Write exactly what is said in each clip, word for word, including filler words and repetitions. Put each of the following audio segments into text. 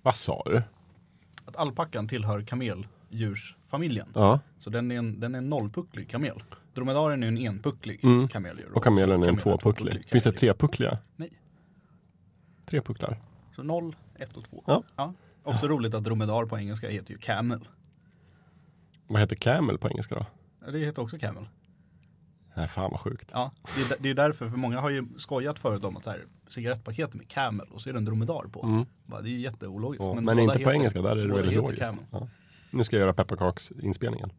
Vad sa du? Att alpackan tillhör kameldjursfamiljen. Ja. Så den är en, den är en nollpucklig kamel. Dromedaren är en enpucklig Mm. kameldjur. Och kamelen är en kamelen tvåpucklig. Finns det trepuckliga? Nej. Tre pucklar. Så noll, ett och två. Ja. Ja. Också roligt att dromedar på engelska heter ju camel. Vad heter camel på engelska då? Det heter också camel. Nej, fan vad sjukt. Ja, det är, det är därför, för många har ju skojat förut om att så här, cigarettpaket med camel och så är det en dromedar på. Mm. Bara, det är ju jätteologiskt. Ja, men men inte på heter, engelska, där är det väldigt logiskt. Camel. Ja. Nu ska jag göra pepparkaksinspelningen.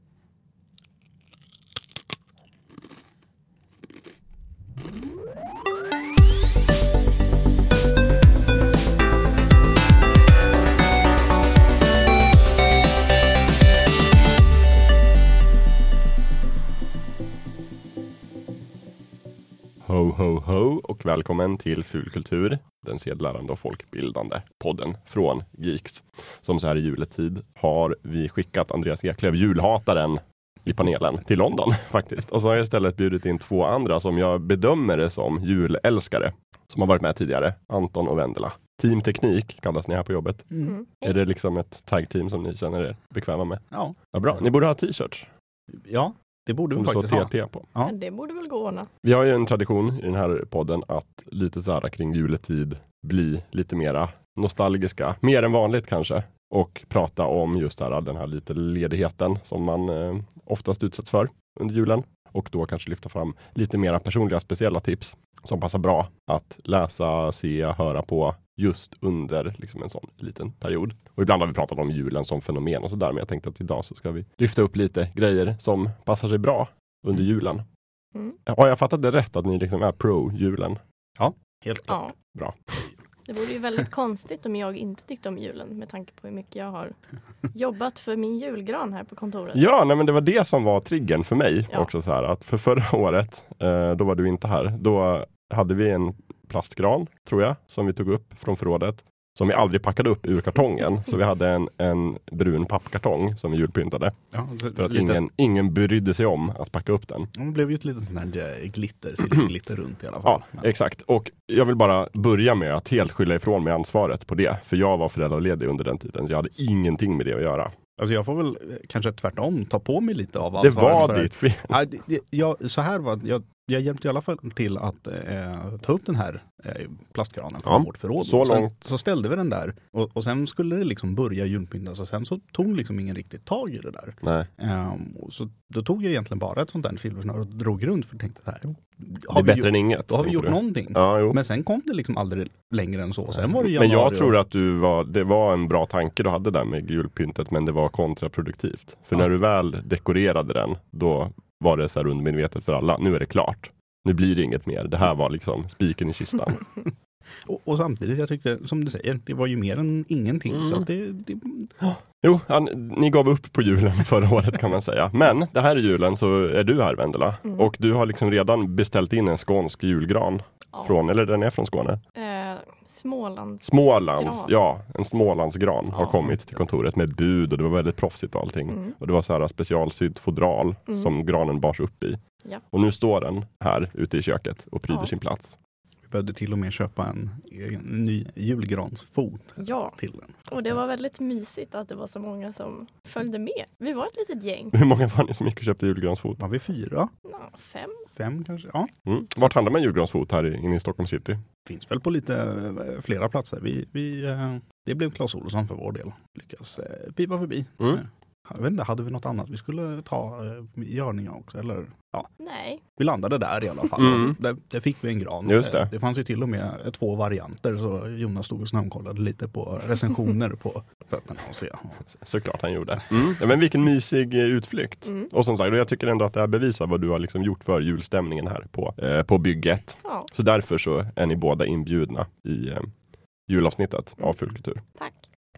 Ho, ho, ho och välkommen till Fulkultur, den sedlärande och folkbildande podden från Geeks. Som så här i juletid har vi skickat Andreas Eklöf, julhataren, i panelen till London faktiskt. Och så har jag istället bjudit in två andra som jag bedömer det som julälskare. Som har varit med tidigare, Anton och Vendela. Team Teknik kallas ni här på jobbet. Mm. Är det liksom ett tag-team som ni känner er bekväma med? Ja. Ja, bra. Ni borde ha t-shirts. Ja, det borde som vi faktiskt så ha. T T på. Ja. Det borde väl gå ordna. Vi har ju en tradition i den här podden att lite så här kring juletid bli lite mera nostalgiska. Mer än vanligt kanske. Och prata om just här, den här lite ledigheten som man eh, oftast utsätts för under julen. Och då kanske lyfta fram lite mera personliga speciella tips som passar bra att läsa, se, höra på just under liksom en sån liten period. Och ibland har vi pratat om julen som fenomen och sådär, men jag tänkte att idag så ska vi lyfta upp lite grejer som passar sig bra under julen. Mm. Har jag fattat det rätt att ni liksom är pro-julen? Ja, helt klart. Ja. Bra. Det vore ju väldigt konstigt om jag inte tyckte om julen med tanke på hur mycket jag har jobbat för min julgran här på kontoret. Ja, nej, men det var det som var triggern för mig Ja. också så här, att för förra året, eh, då var du inte här, då hade vi en plastgran, tror jag, som vi tog upp från förrådet, som vi aldrig packade upp ur kartongen. Så vi hade en, en brun pappkartong som vi julpyntade. Ja, så För att lite, ingen, ingen brydde sig om att packa upp den. det blev ju ett litet sånt här glitter, silverglitter runt i alla Ja, fall. exakt. Och jag vill bara börja med att helt skylla ifrån mig ansvaret på det. För jag var föräldraledig under den tiden. Jag hade ingenting med det att göra. Alltså jag får väl eh, kanske tvärtom ta på mig lite av Det ansvaret var för ditt fel. Ja, det, det, jag, så här var jag, jag hjälpte i alla fall till att eh, ta upp den här eh, plastkranen från Ja, vårt förråd. så Och sen, långt. så ställde vi den där och, och sen skulle det liksom börja julpyntas och sen så tog liksom ingen riktigt tag i det där. Nej. Um, och så då tog jag egentligen bara ett sånt där silversnöre och drog runt för jag tänkte så här. Det Har är vi bättre gjort, än inget. då har vi tänkte gjort du. någonting. Ja, jo. Men sen kom det liksom aldrig längre än så. Sen var det Men jag januari tror och- att du var, det var en bra tanke du hade där med julpyntet, men det var kontraproduktivt. För Ja. när du väl dekorerade den, då var det så här undermedvetet för alla. Nu är det klart. Nu blir det inget mer. Det här var liksom spiken i kistan. Och, och samtidigt, jag tyckte, som du säger, det var ju mer än ingenting. Mm. Så att det, det, Jo, han, ni gav upp på julen förra året kan man säga. Men det här är julen, så är du här, Vendela. Mm. Och du har liksom redan beställt in en skånsk julgran. Ja. Från, eller den är från Skåne. Eh, Smålands. Smålands, gran. ja. En Smålandsgran har Ja. kommit till kontoret med bud och det var väldigt proffsigt och allting. Mm. Och det var så här specialsydd fodral Mm. som granen bars upp i. Ja. Och nu står den här ute i köket och pryder Ja. sin plats. vi behövde till och med köpa en, en ny julgransfot Ja, till den. och det var väldigt mysigt att det var så många som följde med. Vi var ett litet gäng. Hur många var ni som gick och köpte julgransfot? Var vi fyra? Ja, fem. Fem kanske? Ja. Mm. Vart handlar man julgransfot här inne i Stockholm city? Finns väl på lite eh, flera platser. Vi, vi, eh, det blev Claes Olsson för vår del. Lyckas eh, pipa förbi. Mm. Eh, Jag vet inte, hade vi något annat vi skulle ta eh, i Görninge också? Eller, ja, Nej. vi landade där i alla fall. Mm. Där, där fick vi en gran. Just det. Eh, Det fanns ju till och med eh, två varianter. Så Jonas stod och snömkollade lite på recensioner på fötterna och se. Såklart han gjorde. Mm. Ja, men vilken mysig eh, utflykt. Mm. Och som sagt, jag tycker ändå att det här bevisar vad du har liksom gjort för julstämningen här på, eh, på bygget. Ja, Så därför så är ni båda inbjudna i eh, julavsnittet av Fulkultur. tack.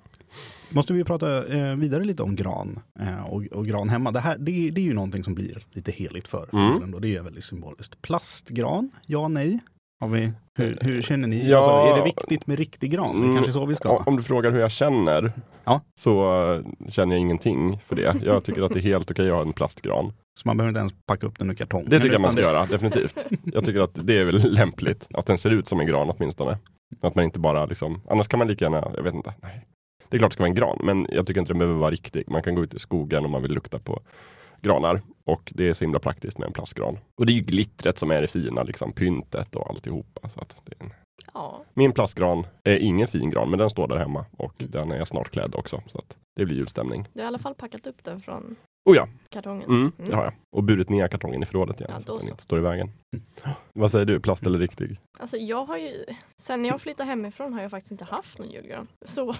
Måste vi prata eh, vidare lite om gran eh, och, och gran hemma. Det, här, det, det är ju någonting som blir lite heligt för Mm. mm. och det är väldigt symboliskt. Plastgran, ja nej. Har vi, hur, hur känner ni? Ja. Alltså, är det viktigt med riktig gran? Det är Mm. kanske så vi ska. Om du frågar hur jag känner Ja. så eh, känner jag ingenting för det. Jag tycker att det är helt okej att ha en plastgran. Så man behöver inte ens packa upp den ur kartongen. Det tycker jag man utan ska det- göra, definitivt. Jag tycker att det är väl lämpligt att den ser ut som en gran åtminstone. Att man inte bara liksom, annars kan man lika gärna, jag vet inte, nej. Det är klart det ska vara en gran, men jag tycker inte den behöver vara riktig. Man kan gå ut i skogen om man vill lukta på granar. Och det är så himla praktiskt med en plastgran. Och det är ju glittret som är det fina, liksom pyntet och alltihopa. Så att det är en... Ja. Min plastgran är ingen fin gran, men den står där hemma. Och den är jag snart klädd också. Så att det blir julstämning. Du har i alla fall packat upp den från Oh ja, kartongen. mm, Mm. det har jag. Och burit ner kartongen i förrådet igen. Ja, så då att den så. inte står i vägen. Vad säger du, plast eller riktig? Alltså jag har ju, sen jag flyttade hemifrån har jag faktiskt inte haft någon julgran. Så...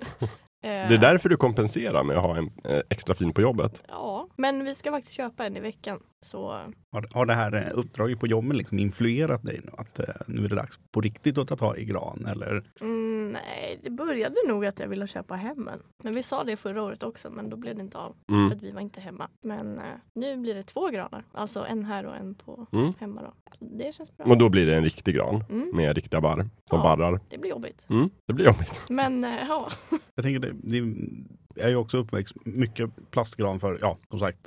Det är därför du kompenserar med att ha en eh, extra fin på jobbet. Ja, men vi ska faktiskt köpa en i veckan. Så... Har, har det här eh, uppdraget på jobbet liksom influerat dig nu? Att eh, nu är det dags på riktigt att ta tag i gran? Eller? Mm, nej, det började nog att jag ville köpa hem en. Men vi sa det förra året också, men då blev det inte av. Mm. För att vi var inte hemma. Men eh, nu blir det två granar. Alltså en här och en på Mm. hemma då. Så det känns bra. Och då blir det en riktig gran Mm. med riktiga barr som Ja. barrar. Det blir jobbigt. Mm, det blir jobbigt. Men eh, ja. Jag tänker det, det är ju också uppväxt mycket plastgran för, ja, som sagt,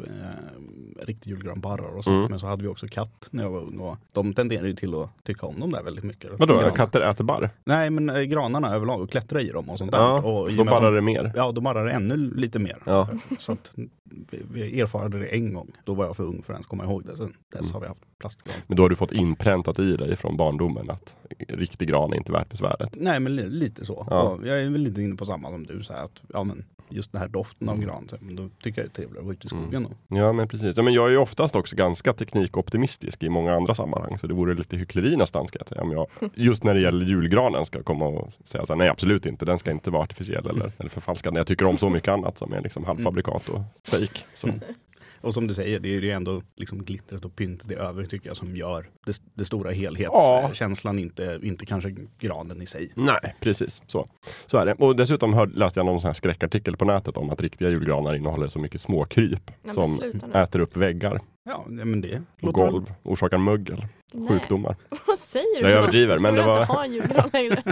eh, riktig julgranbarrar och sånt. Mm. Men så hade vi också katt när jag var ung och de tenderar ju till att tycka om dem där väldigt mycket. Vadå, Granar. katter äter barr? Nej, men eh, granarna överlag och klättra i dem och sånt där. Ja, och i då och med att barrar de- det mer. Ja, då barrar det ännu lite mer. Ja. Så att vi, vi erfarade det en gång. Då var jag för ung för att ens komma ihåg det. Sen dess Mm. har vi haft plastgran. Men då har du fått inpräntat i dig från barndomen att riktig gran är inte värt besväret. Nej, men li- lite så. Ja. Och jag är väl lite inne på samma som du. Så här att, ja, men just den här doften av Mm. gran. Så, men då tycker jag det är trevligare att vara ute i skogen. Mm. Då. Ja, men precis. Ja, men jag är ju oftast också ganska teknikoptimistisk i många andra sammanhang. Så det vore lite hyckleri nästan, ska jag säga. Om jag, just när det gäller julgranen ska komma och säga så här, nej absolut inte. Den ska inte vara artificiell eller, eller förfalskad. Jag tycker om så mycket annat som är liksom halvfabrikat och fake. Så. Och som du säger, det är ju ändå liksom glittret och pyntet det över tycker jag som gör det, det stora helhetskänslan, Ja. inte, inte kanske granen i sig. Nej, precis. Så, så är det. Och dessutom hör, läste jag någon sån här skräckartikel på nätet om att riktiga julgranar innehåller så mycket små kryp Men som sluta nu. äter upp väggar Ja, nej, men det och låter väl- golv, orsakar mögel, Nej. sjukdomar. Vad säger du? Jag överdriver, men Jag vill det var- inte ha julgran längre.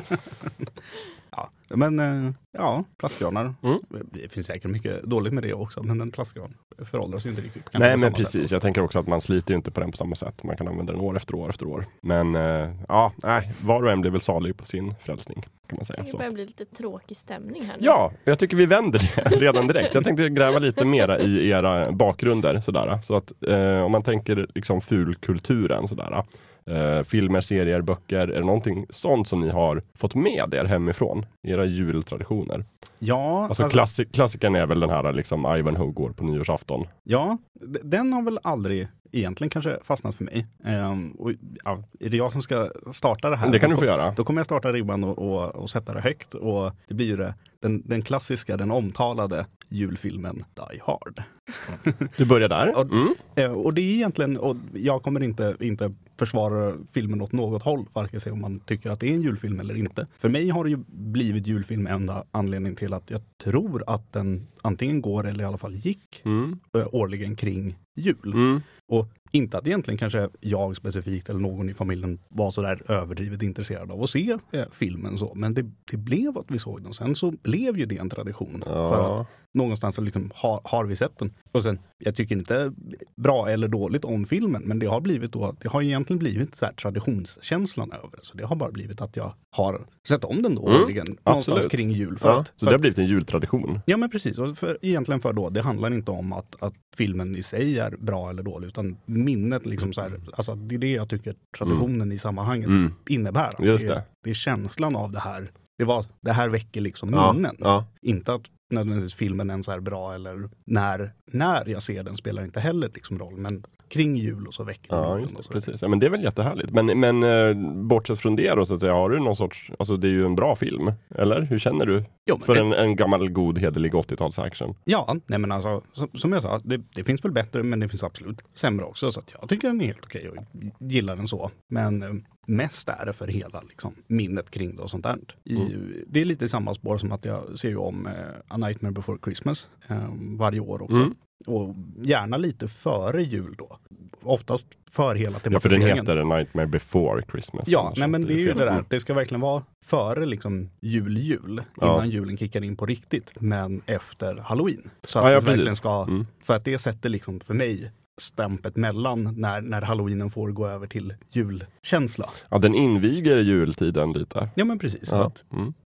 Ja, men eh, ja, plastgranar. Mm. Det finns säkert mycket dåligt med det också, men en plastgran föråldras ju inte riktigt. Kanske Nej, på men samma precis. sätt. Jag tänker också att man sliter ju inte på den på samma sätt. Man kan använda den år efter år efter år. Men eh, ja, nej, var och en blir väl salig på sin frälsning, kan man säga. Det Så. börjar bli lite tråkig stämning här nu. Ja, jag tycker vi vänder det redan direkt. Jag tänkte gräva lite mera i era bakgrunder. Sådär. Så att eh, om man tänker liksom fulkulturen sådär. Eh, filmer, serier, böcker. Är det någonting sånt som ni har fått med er hemifrån? Era jultraditioner. Ja, Alltså, alltså, klassi- klassikern är väl den här liksom Ivanhoe går på nyårsafton. ja, d- den har väl aldrig egentligen kanske fastnat för mig. Ehm, och, ja, är det jag som ska starta det här? Det kan du Då få kom- göra. Då kommer jag starta ribban och, och, och sätta det högt. Och det blir ju det, den, den klassiska, den omtalade julfilmen Die Hard. Du börjar där. Ja. Mm. Eh, och det är egentligen, och jag kommer inte, inte försvara filmen åt något håll, varken se om man tycker att det är en julfilm eller inte. För mig har det ju blivit julfilm enda anledning till att jag tror att den antingen går eller i alla fall gick Mm. eh, årligen kring jul. Mm. Och inte att egentligen kanske jag specifikt eller någon i familjen var så där överdrivet intresserad av att se eh, filmen så. Men det, det blev att vi såg den. Sen så blev ju det en tradition. För att Ja. någonstans så liksom har, har vi sett den. Och sen, jag tycker inte bra eller dåligt om filmen, men det har blivit då, det har egentligen blivit så här traditionskänslan över det. Så det har bara blivit att jag har sett om den då Mm, årligen. Någonstans absolut. kring jul. För Ja, att, så för det har att, blivit en jultradition. ja men precis, och för, egentligen för då, det handlar inte om att, att filmen i sig är bra eller dålig, utan minnet liksom så här, alltså det är det jag tycker traditionen i sammanhanget Mm. innebär. Att Just det, det. det är känslan av det här. Det, var, det här väcker liksom Ja, minnen. ja. Inte att nödvändigtvis filmen ens är bra eller när, när jag ser den spelar inte heller liksom roll. Men kring jul och så väcker Ja, minnen just och det, så. precis. Ja, men det är väl jättehärligt. Men, men eh, bortsett från det då, så att säga, har du någon sorts, alltså det är ju en bra film, eller? Hur känner du Jo, men för det, en, en gammal god hederlig åttio-tals action? Ja, nej men alltså som, som jag sa, det, det finns väl bättre men det finns absolut sämre också. Så att jag tycker den är helt okej och gillar den så. Men eh, mest är det för hela liksom, minnet kring det och sånt där. I, Mm. Det är lite samma spår som att jag ser ju om eh, A Nightmare Before Christmas eh, varje år också. Mm. Och gärna lite före jul då. Oftast för hela Ja, för den tematiseringen. heter A Nightmare Before Christmas. Ja, annars nej men det är ju fel. det där. Mm. Det ska verkligen vara före liksom jul-jul. Ja. Innan julen kickar in på riktigt. Men efter Halloween. Så att Ja, ja, det verkligen precis. ska, Mm. för att det sätter liksom för mig stämpet mellan när, när Halloweenen får gå över till julkänsla. Ja, den inviger jultiden lite. Ja men precis. Så Ja. att, Mm.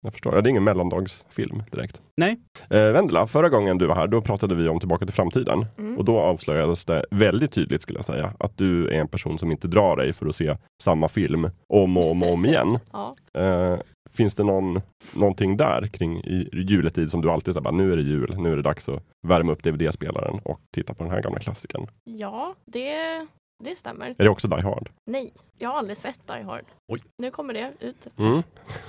Jag förstår. Ja, det är ingen mellandagsfilm direkt. Nej. Eh, Vendela, förra gången du var här, då pratade vi om Tillbaka till framtiden. Mm. Och då avslöjades det väldigt tydligt, skulle jag säga, att du är en person som inte drar dig för att se samma film om och om, och om igen. Ja. Eh, finns det någon, någonting där kring i juletid som du alltid säger, nu är det jul, nu är det dags att värma upp D V D-spelaren och titta på den här gamla klassikern? Ja, det, det stämmer. Är det också Die Hard? Nej, jag har aldrig sett Die Hard. Oj. Nu kommer det ut. Mm.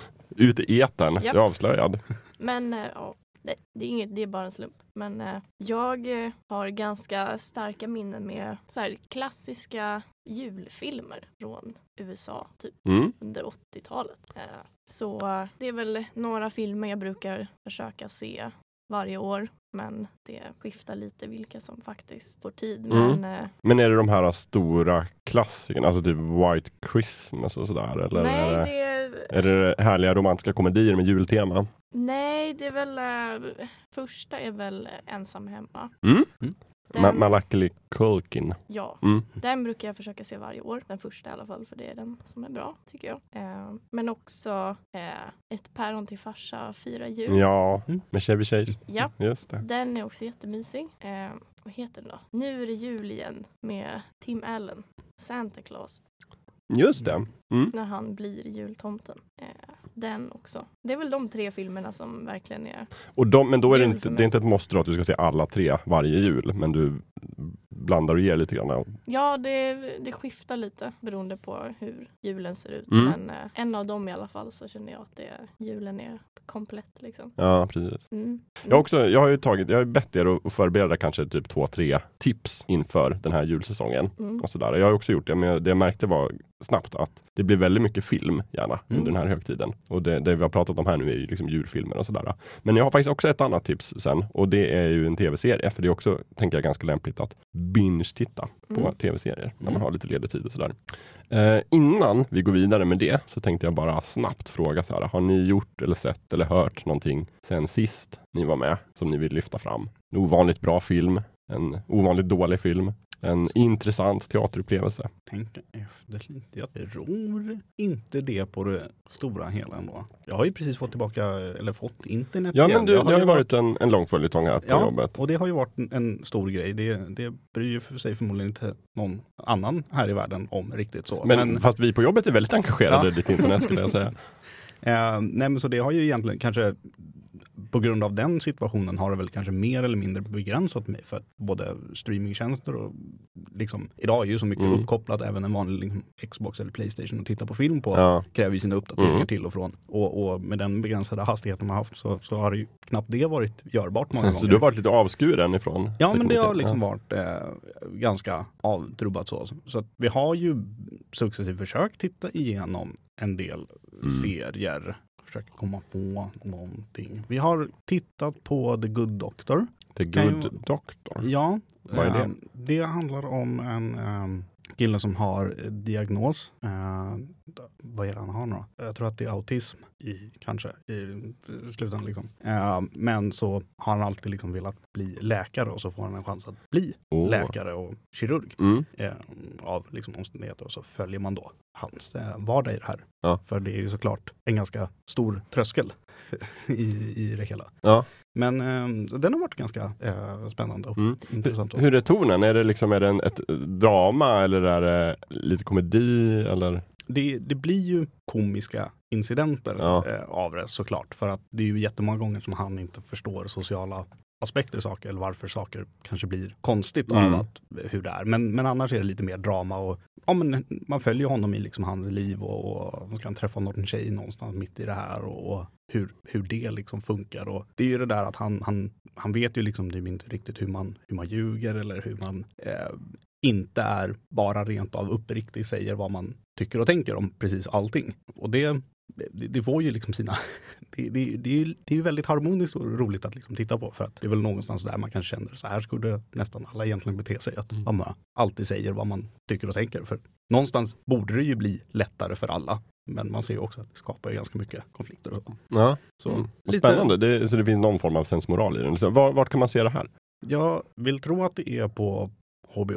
Ut i etern, Japp. du är avslöjad. Men eh, ja, det, det är inget, det är bara en slump. Men eh, jag eh, har ganska starka minnen med så här, klassiska julfilmer från U S A typ Mm. under åttiotalet. Eh, så eh, det är väl några filmer jag brukar försöka se varje år. Men det skiftar lite vilka som faktiskt får tid. Mm. Men, eh, Men är det de här stora klassikerna, alltså typ White Christmas och sådär? Eller nej, är, det, det är det härliga romantiska komedier med jultema? Nej, det är väl äh, första är väl Ensam hemma. Mm. Den, Ma- Macaulay Culkin. ja, Mm. den brukar jag försöka se varje år. Den första i alla fall, för det är den som är bra, tycker jag. Eh, men också eh, Ett päron till farsa, Fyra jul. Ja, Mm. med Chevy Chase. Ja, Just det. den är också jättemysig. Eh, vad heter den då? Nu är det jul igen med Tim Allen. Santa Claus. Just det. Mm. När han blir jultomten. Eh, den också. Det är väl de tre filmerna som verkligen är... Och de, men då är det Jul inte, för mig. det är inte ett måste då att du ska se alla tre varje jul, men du blandar och ger lite grann. Ja, det, det skiftar lite beroende på hur julen ser ut. Mm. Men eh, en av dem i alla fall så känner jag att det, julen är komplett liksom. Ja, precis. Mm. Jag har, också, jag har ju tagit, jag har bett er att förbereda kanske typ två, tre tips inför den här julsäsongen. Mm. Och sådär. Jag har också gjort det, men det jag märkte var snabbt att det blir väldigt mycket film gärna Mm. under den här högtiden. Och det, det vi har pratat om här nu är ju liksom julfilmer och sådär. Men jag har faktiskt också ett annat tips sen, och det är ju en tv-serie, för det är också, tänker jag, ganska lämpligt att binge-titta på Mm. tv-serier när man Mm. har lite ledig tid och sådär. Eh, innan vi går vidare med det så tänkte jag bara snabbt fråga så här, har ni gjort eller sett eller hört någonting sen sist ni var med som ni vill lyfta fram? En ovanligt bra film, en ovanligt dålig film, en intressant teaterupplevelse. Tänk efter lite. Jag tror inte det på det stora hela ändå. Jag har ju precis fått tillbaka, eller fått internet Ja, igen. men du, Jag det har ju varit en, en lång följetong här på Ja, jobbet. och det har ju varit en, en stor grej. Det, det bryr ju för sig förmodligen inte någon annan här i världen om riktigt så. Men, fast vi på jobbet är väldigt engagerade Ja. i ditt internet, skulle jag säga. Eh, nej men så det har ju egentligen kanske, på grund av den situationen har det väl kanske mer eller mindre begränsat mig för att både streamingtjänster och liksom, idag är ju så mycket Mm. uppkopplat, även en vanlig liksom, Xbox eller Playstation att titta på film på Ja. kräver ju sina uppdateringar Mm. till och från. Och, och med den begränsade hastigheten man haft så, så har det ju knappt det varit görbart många gånger. Så du har varit lite avskuren ifrån Ja, men det har tekniken. liksom Ja. varit eh, ganska avtrubbat så. Så att vi har ju successivt försökt titta igenom en del Mm. serier. Försöker komma på någonting. Vi har tittat på The Good Doctor. The Kan Good ju- Doctor. Ja, Vad är det? eh, det handlar om en eh, kille som har diagnos. Eh, vad är det han har nu då? Jag tror att det är autism i, kanske i slutändan liksom. Eh, men så har han alltid liksom velat bli läkare och så får han en chans att bli Åh. läkare och kirurg Mm. eh, av liksom omständigheter, och så följer man då hans eh, vardag i det här. Ja. För det är ju såklart en ganska stor tröskel i, i det hela. Ja. Men eh, den har varit ganska eh, spännande och Mm. intressant. Hur är tonen? Är det liksom är det en, ett drama eller är det lite komedi? Eller? Det, det blir ju komiska incidenter Ja. eh, av det såklart. För att det är ju jättemånga gånger som han inte förstår sociala aspekter i saker, eller varför saker kanske blir konstigt Mm. av att, hur det är. Men, men annars är det lite mer drama och ja, men man följer honom i liksom hans liv och, och man kan träffa någon tjej någonstans mitt i det här och, och hur, hur det liksom funkar. Och det är ju det där att han, han, han vet ju liksom det är inte riktigt hur man, hur man ljuger eller hur man eh, inte är bara rent av uppriktig, säger vad man tycker och tänker om precis allting. Och det, det, det får ju liksom sina... Det, det, det, är ju, det är ju väldigt harmoniskt och roligt att liksom titta på, för att det är väl någonstans där man kanske känner så här skulle nästan alla egentligen bete sig, att Mm. man alltid säger vad man tycker och tänker. För någonstans borde det ju bli lättare för alla, men man ser ju också att det skapar ju ganska mycket konflikter och så. Ja. Så Mm. Vad lite- Spännande. Det, så det finns någon form av sensmoral i den. Så var, vart kan man se det här? Jag vill tro att det är på H B O.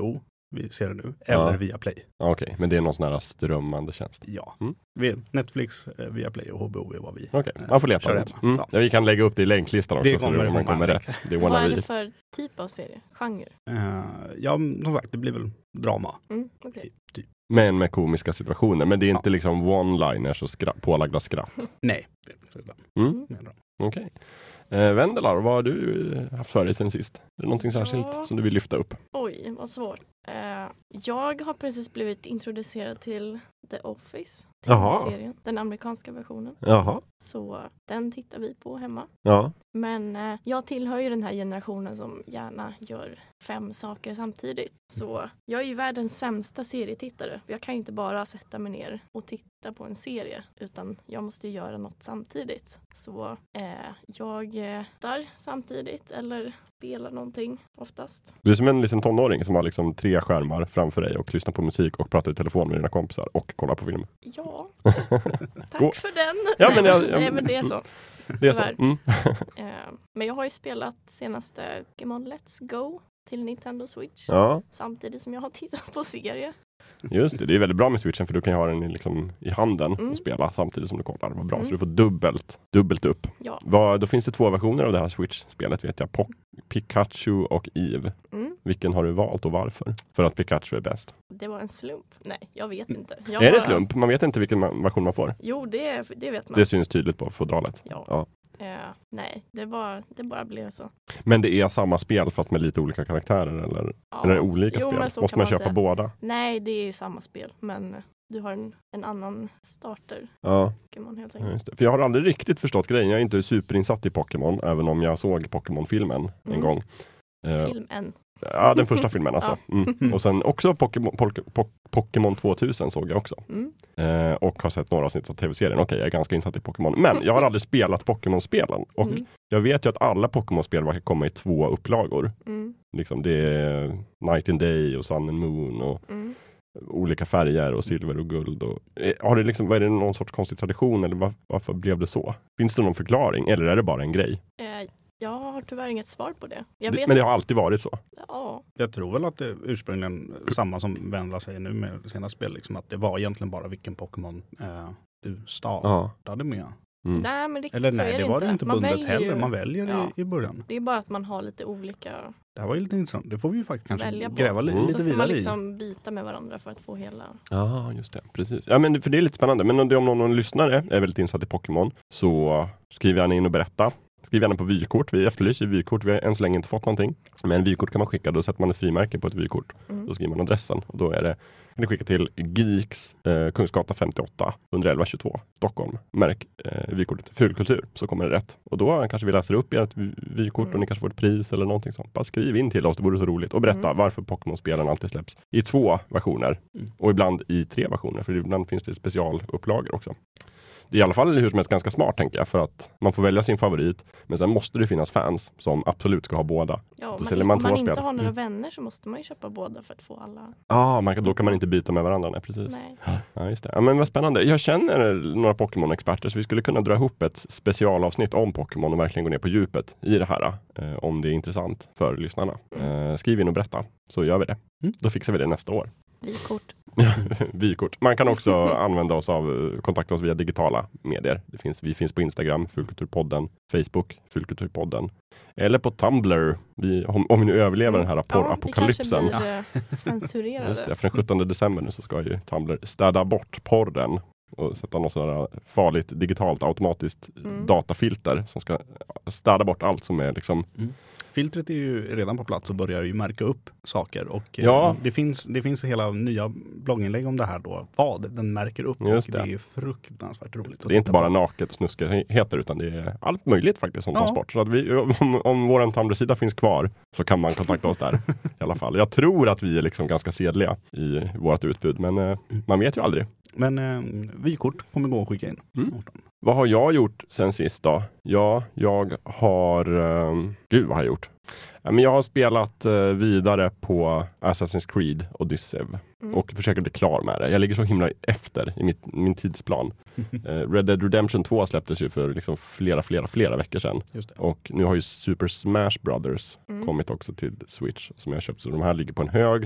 vi ser det nu. Eller Ja. via Play. Okej, okay, men det är någon sån här strömmande tjänst. Ja. Mm. Vi, Netflix, eh, via Play och H B O är vad vi Okej, okay. eh, man får leta kör runt. hemma. Mm. Ja. Ja, vi kan lägga upp det i länklistan också Det så kommer att man komma kommer en rätt. Det Vad ordnar är vi. det för typ av serie? Genre? Eh, ja, som sagt, det blir väl drama. Mm, okej. Typ. Men med komiska situationer. Men det är Ja. inte liksom one-liners och skra- pålagda skratt. Nej, det är det. Mm. Mer drama. Okej. Okay. Eh, Vendela, vad har du eh, haft för dig sen sist? Är det någonting särskilt Ja. som du vill lyfta upp? Oj, vad svårt. Eh, jag har precis blivit introducerad till The Office. Jaha. Serien, den amerikanska versionen. Jaha. Så den tittar vi på hemma. Ja. Men eh, jag tillhör ju den här generationen som gärna gör fem saker samtidigt. Så jag är ju världens sämsta serietittare. Jag kan ju inte bara sätta mig ner och titta på en serie. Utan jag måste ju göra något samtidigt. Så eh, jag eh, där samtidigt eller spelar någonting oftast. Du är som en liten tonåring som har liksom tre skärmar framför dig och lyssnar på musik och pratar i telefon med dina kompisar och kollar på film. Ja, tack Gå. för den. Ja, nej, men jag- jag- nej, men det är så. Det är så. Tyvärr. Mm. Eh, men jag har ju spelat senaste Pokémon Let's Go till Nintendo Switch. Ja, Samtidigt som jag har tittat på serie. just det. Det är väldigt bra med Switchen för du kan ju ha den i, liksom, i handen Mm. och spela samtidigt som du kollar. Vad bra, Mm. så du får dubbelt, dubbelt upp. Ja. Vad, då finns det två versioner av det här Switch-spelet vet jag. Po- Pikachu och Eve. Mm. Vilken har du valt och varför? För att Pikachu är bäst. Det var en slump. Nej, jag vet inte. Jag Är det bara- slump? Man vet inte vilken ma- version man får. Jo, det, det vet man. Det syns tydligt på fodralet. Ja. Ja. Eh, nej, det, bara, det bara blev så. Men det är samma spel fast med lite olika karaktärer eller, Ja. eller är det olika Jo, men spel? så Måste kan man man köpa säga. båda? Nej, det är samma spel. Men du har en, en annan starter. Ja, Pokémon helt ja, enkelt. just det. För jag har aldrig riktigt förstått grejen. Jag är inte superinsatt i Pokémon även om jag såg Pokémon-filmen en Mm. gång. Eh, Filmen. Ja, den första filmen alltså. Mm. Och sen också Pokémon, Pol- Po- Pokémon tvåtusen såg jag också. Mm. Eh, och har sett några avsnitt av tv-serien. Okej, jag är ganska insatt i Pokémon. Men jag har aldrig spelat Pokémon-spelen. Och Mm. jag vet ju att alla Pokémon-spel verkar komma i två upplagor. Mm. Liksom det är Night and Day och Sun and Moon och Mm. olika färger och silver och guld. Och, eh, har det liksom, vad är det någon sorts konstig tradition eller var, varför blev det så? Finns det någon förklaring eller är det bara en grej? Eh, jag har tyvärr inget svar på det. Jag Det, vet men det har alltid varit så. Ja. Jag tror väl att det ursprungligen, samma som Vendela säger nu med senaste spel, liksom, att det var egentligen bara vilken Pokémon eh, du startade Ja. med. Mm. Nej, men riktigt Eller så nej, är det det var inte. det inte Man bundet väljer heller. ju- Man väljer Ja. det i början. Det är bara att man har lite olika Det här var ju lite intressant. Det får vi ju faktiskt kanske välja på. gräva li- Mm. lite Så ska man vidare i. liksom byta med varandra för att få hela... Ja, just det. Precis. Ja, men för det är lite spännande. Men om det- om någon, någon lyssnare är väldigt insatt i Pokémon så skriv gärna in och berätta. Skriv gärna på vykort. Vi efterlyser vykort. Vi har än så länge inte fått någonting. Men vykort kan man skicka. Då sätter man ett frimärke på ett vykort. Mm. Då skriver man adressen. Och då är det, kan ni skicka till Geeks, eh, Kungsgatan femtioåtta, ett ett ett tjugotvå, Stockholm. Märk eh, vykortet Fulkultur, så kommer det rätt. Och då kanske vi läser upp ert vy- vykort Mm. och ni kanske får ett pris eller någonting sånt. Bara skriv in till oss, det vore så roligt. Och berätta Mm. varför Pokémon-spelen alltid släpps i två versioner. Mm. Och ibland i tre versioner, för ibland finns det specialupplagor också. Det är i alla fall hur som helst ganska smart, tänker jag, för att man får välja sin favorit, men sen måste det finnas fans som absolut ska ha båda. Ja, Då om säljer man, man om två man spel. inte har några Mm. vänner så måste man ju köpa båda för att få alla. Ah, man kan, då kan man inte byta med varandra, nej precis. Nej. Ja, just det. Ja, men vad spännande. Jag känner några Pokémon-experter så vi skulle kunna dra ihop ett specialavsnitt om Pokémon och verkligen gå ner på djupet i det här. Eh, om det är intressant för lyssnarna. Eh, skriv in och berätta, så gör vi det. Mm. Då fixar vi det nästa år. Vykort. Vykort. Man kan också använda oss av, kontakta oss via digitala medier. Det finns, vi finns på Instagram, Fulkulturpodden, Facebook, Fulkulturpodden. Eller på Tumblr, vi, om, om vi nu överlever den här porrapokalypsen. Ja, vi kanske blir eh, censurerade. Just det, för den sjuttonde december nu så ska ju Tumblr städa bort porren och sätta något sådär farligt digitalt automatiskt Mm. datafilter som ska städa bort allt som är liksom. Filtret är ju redan på plats och börjar ju märka upp saker. Och eh, Ja. det, finns, det finns hela nya blogginlägg om det här då. Vad den märker upp. Just och det det. är ju fruktansvärt roligt. att Det är inte titta bara på. naket och snuskigheter utan det är allt möjligt faktiskt som Ja. tas bort. Så att vi, om, om vår Tumblr-sida finns kvar så kan man kontakta oss där i alla fall. Jag tror att vi är liksom ganska sedliga i vårt utbud, men eh, man vet ju aldrig. Men eh, vykort kommer gå att skicka in. Mm. Vad har jag gjort sen sist då? Ja, jag har... Um, gud, vad har jag gjort? Ja, men jag har spelat uh, vidare på Assassin's Creed Odyssey Mm. och försöker bli klar med det. Jag ligger så himla efter i mitt, min tidsplan. uh, Red Dead Redemption två släpptes ju för liksom flera, flera, flera veckor sedan. Just det. Och nu har ju Super Smash Brothers Mm. kommit också till Switch som jag har köpt. Så de här ligger på en hög.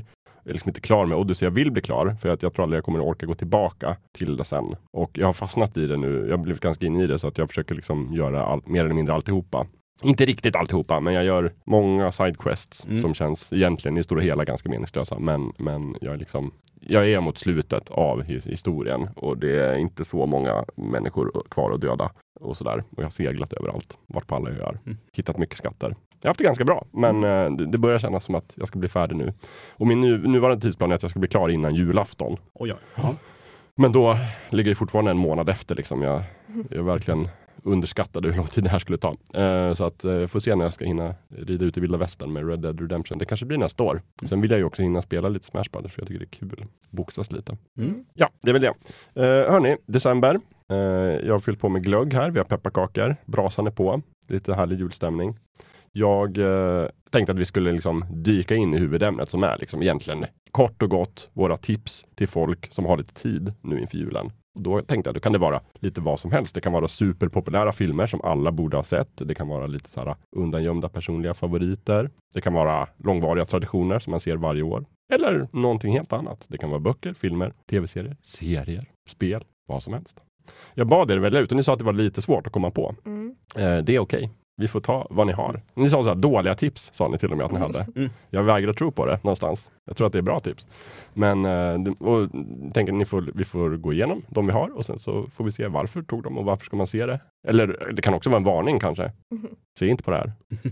är liksom inte klar med Odyssey. Jag vill bli klar för att jag tror aldrig jag kommer att orka gå tillbaka till det sen. Och jag har fastnat i det nu. Jag har blivit ganska in i det så att jag försöker liksom göra all, mer eller mindre alltihopa. Inte riktigt alltihopa, men jag gör många sidequests mm. som känns egentligen i stora hela ganska meningslösa. Men, men jag, är liksom, jag är mot slutet av historien och det är inte så många människor kvar att döda och sådär. Och jag har seglat överallt, varit på alla öar, mm. hittat mycket skatter. Jag har haft det ganska bra, men mm. det, det börjar kännas som att jag ska bli färdig nu. Och min nu, nuvarande tidsplan är att jag ska bli klar innan julafton. Oh ja. Ja. Men då ligger jag fortfarande en månad efter. Liksom. Jag, jag verkligen underskattade hur lång tid det här skulle ta. Uh, så att jag uh, får se när jag ska hinna rida ut i vilda västern med Red Dead Redemption. Det kanske blir nästa år. Mm. Sen vill jag ju också hinna spela lite Smash Brothers för jag tycker det är kul. Boxas lite. Mm. Ja, det är väl det. Uh, hörni, december. Uh, jag har fyllt på med glögg här. Vi har pepparkakor. Brasan är på. Lite härlig julstämning. Jag uh, tänkte att vi skulle liksom dyka in i huvudämnet som är liksom egentligen kort och gott våra tips till folk som har lite tid nu inför julen. Och då tänkte jag, då kan det vara lite vad som helst. Det kan vara superpopulära filmer som alla borde ha sett. Det kan vara lite så här undangömda personliga favoriter. Det kan vara långvariga traditioner som man ser varje år. Eller någonting helt annat. Det kan vara böcker, filmer, tv-serier, serier, spel, vad som helst. Jag bad er välja ut och ni sa att det var lite svårt att komma på. Mm. Eh, det är okej. Vi får ta vad ni har. Ni sa så här, dåliga tips sa ni till och med att ni hade. Mm. Jag vägrar tro på det någonstans. Jag tror att det är bra tips. Men och, tänker ni får, vi får gå igenom de vi har och sen så får vi se varför tog de och varför ska man se det. Eller det kan också vara en varning kanske. Mm. Se inte på det här.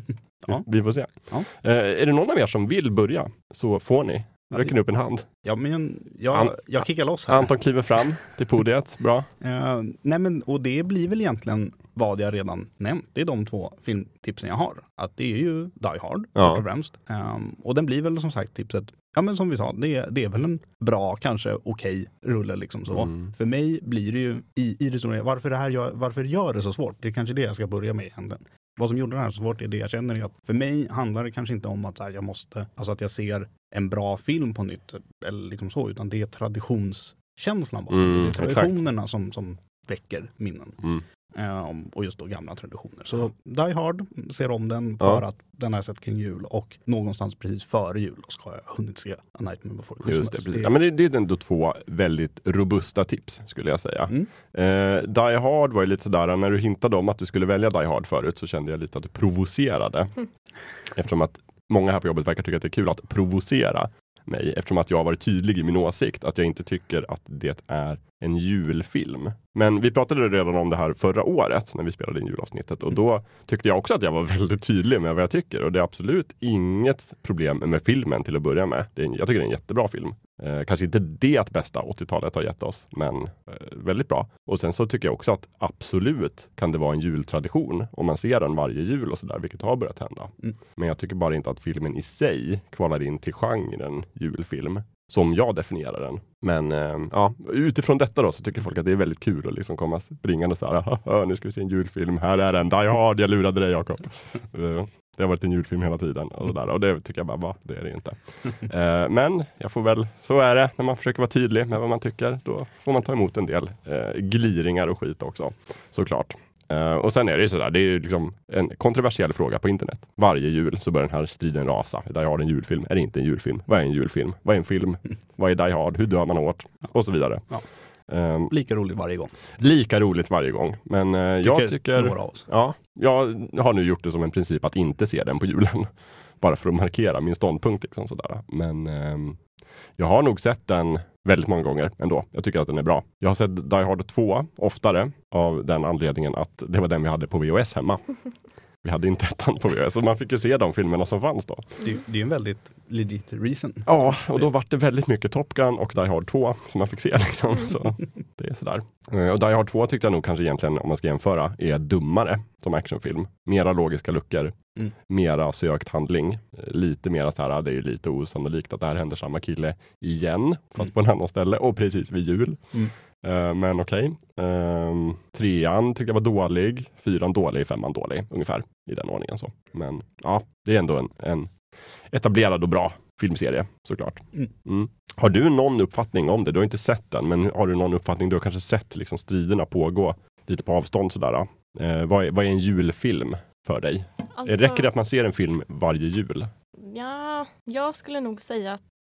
Ja. Vi får se. Ja. Eh, är det någon av er som vill börja så får ni. Räcker upp en hand. Ja, men jag, An- jag kickar loss här. Anton kliver fram till podiet. Bra. Uh, nej, men och det blir väl egentligen vad jag redan nämnt. Det är de två filmtipsen jag har. Att det är ju Die Hard, ja. och främst. Um, och den blir väl som sagt tipset. Ja, men som vi sa, det, det är väl en bra, kanske okej rulle liksom så. Mm. För mig blir det ju i, i det stora, varför det här gör, varför gör det så svårt? Det är kanske det jag ska börja med egentligen. Vad som gjorde det här så svårt är det jag känner är att för mig handlar det kanske inte om att så här, jag måste, alltså att jag ser en bra film på nytt eller liksom så, utan det är traditionskänslan bara. Mm, det är traditionerna som, som väcker minnen. Mm. Um, och just då gamla traditioner. Så Die Hard, ser om den för ja. att den har sett kring jul och någonstans precis före jul ska jag hunnit se A Nightmare Before Christmas. Just det, det... Ja, men det, det är ändå två väldigt robusta tips skulle jag säga. Mm. Uh, Die Hard var ju lite sådär, när du hintade om att du skulle välja Die Hard förut så kände jag lite att du provocerade. Mm. Eftersom att många här på jobbet verkar tycka att det är kul att provocera mig, eftersom att jag har varit tydlig i min åsikt att jag inte tycker att det är en julfilm. Men vi pratade redan om det här förra året när vi spelade in julavsnittet och då tyckte jag också att jag var väldigt tydlig med vad jag tycker och det är absolut inget problem med filmen till att börja med. Det är en, jag tycker det är en jättebra film. Eh, kanske inte det bästa åttiotalet har gett oss, men eh, väldigt bra. Och sen så tycker jag också att absolut kan det vara en jultradition om man ser den varje jul och sådär, vilket har börjat hända. Mm. Men jag tycker bara inte att filmen i sig kvalar in till genren julfilm som jag definierar den. Men äh, ja, utifrån detta då så tycker folk att det är väldigt kul att liksom komma springande så här, nu ska vi se en julfilm, här är den, Die Hard, jag lurade dig Jakob. uh, det har varit en julfilm hela tiden och, så där, och det tycker jag bara, va, det är det inte. uh, men jag får väl, så är det när man försöker vara tydlig med vad man tycker, då får man ta emot en del uh, gliringar och skit också, såklart. Uh, och sen är det ju sådär, det är ju liksom en kontroversiell fråga på internet. Varje jul så börjar den här striden rasa. Die Hard en julfilm, är det inte en julfilm? Vad är en julfilm? Vad är en film? Vad är Die Hard? Hur dör man åt? Och så vidare. Ja. Um, lika roligt varje gång. Lika roligt varje gång. Men uh, tycker jag tycker... Några av oss. Ja, jag har nu gjort det som en princip att inte se den på julen. Bara för att markera min ståndpunkt liksom sådär. Men... Um, jag har nog sett den väldigt många gånger ändå. Jag tycker att den är bra. Jag har sett Die Hard två oftare av den anledningen att det var den vi hade på V H S hemma. Vi hade inte ettan på V H S, så man fick ju se de filmerna som fanns då. Det, det är ju en väldigt legit reason. Ja, och då var det väldigt mycket Top Gun och Die Hard två som man fick se liksom. Så det är sådär. Och Die Hard två tyckte jag nog kanske egentligen, om man ska jämföra, är dummare som actionfilm. Mera logiska luckor. Mm. Mera sökt handling. Lite mera så här, det är ju lite osannolikt att det här händer samma kille igen, fast mm. på en annan ställe och precis vid jul. Mm. Uh, men okej. Okay. Uh, trean tyckte jag var dålig. Fyran dålig, femman dålig. Ungefär i den ordningen så. Men ja, det är ändå en, en etablerad och bra filmserie såklart. Mm. Mm. Har du någon uppfattning om det? Du har inte sett den, men har du någon uppfattning? Du har kanske sett liksom striderna pågå lite på avstånd sådär. Uh, vad, är, vad är en julfilm för dig? Alltså, räcker det att man ser en film varje jul? Ja, jag skulle nog säga att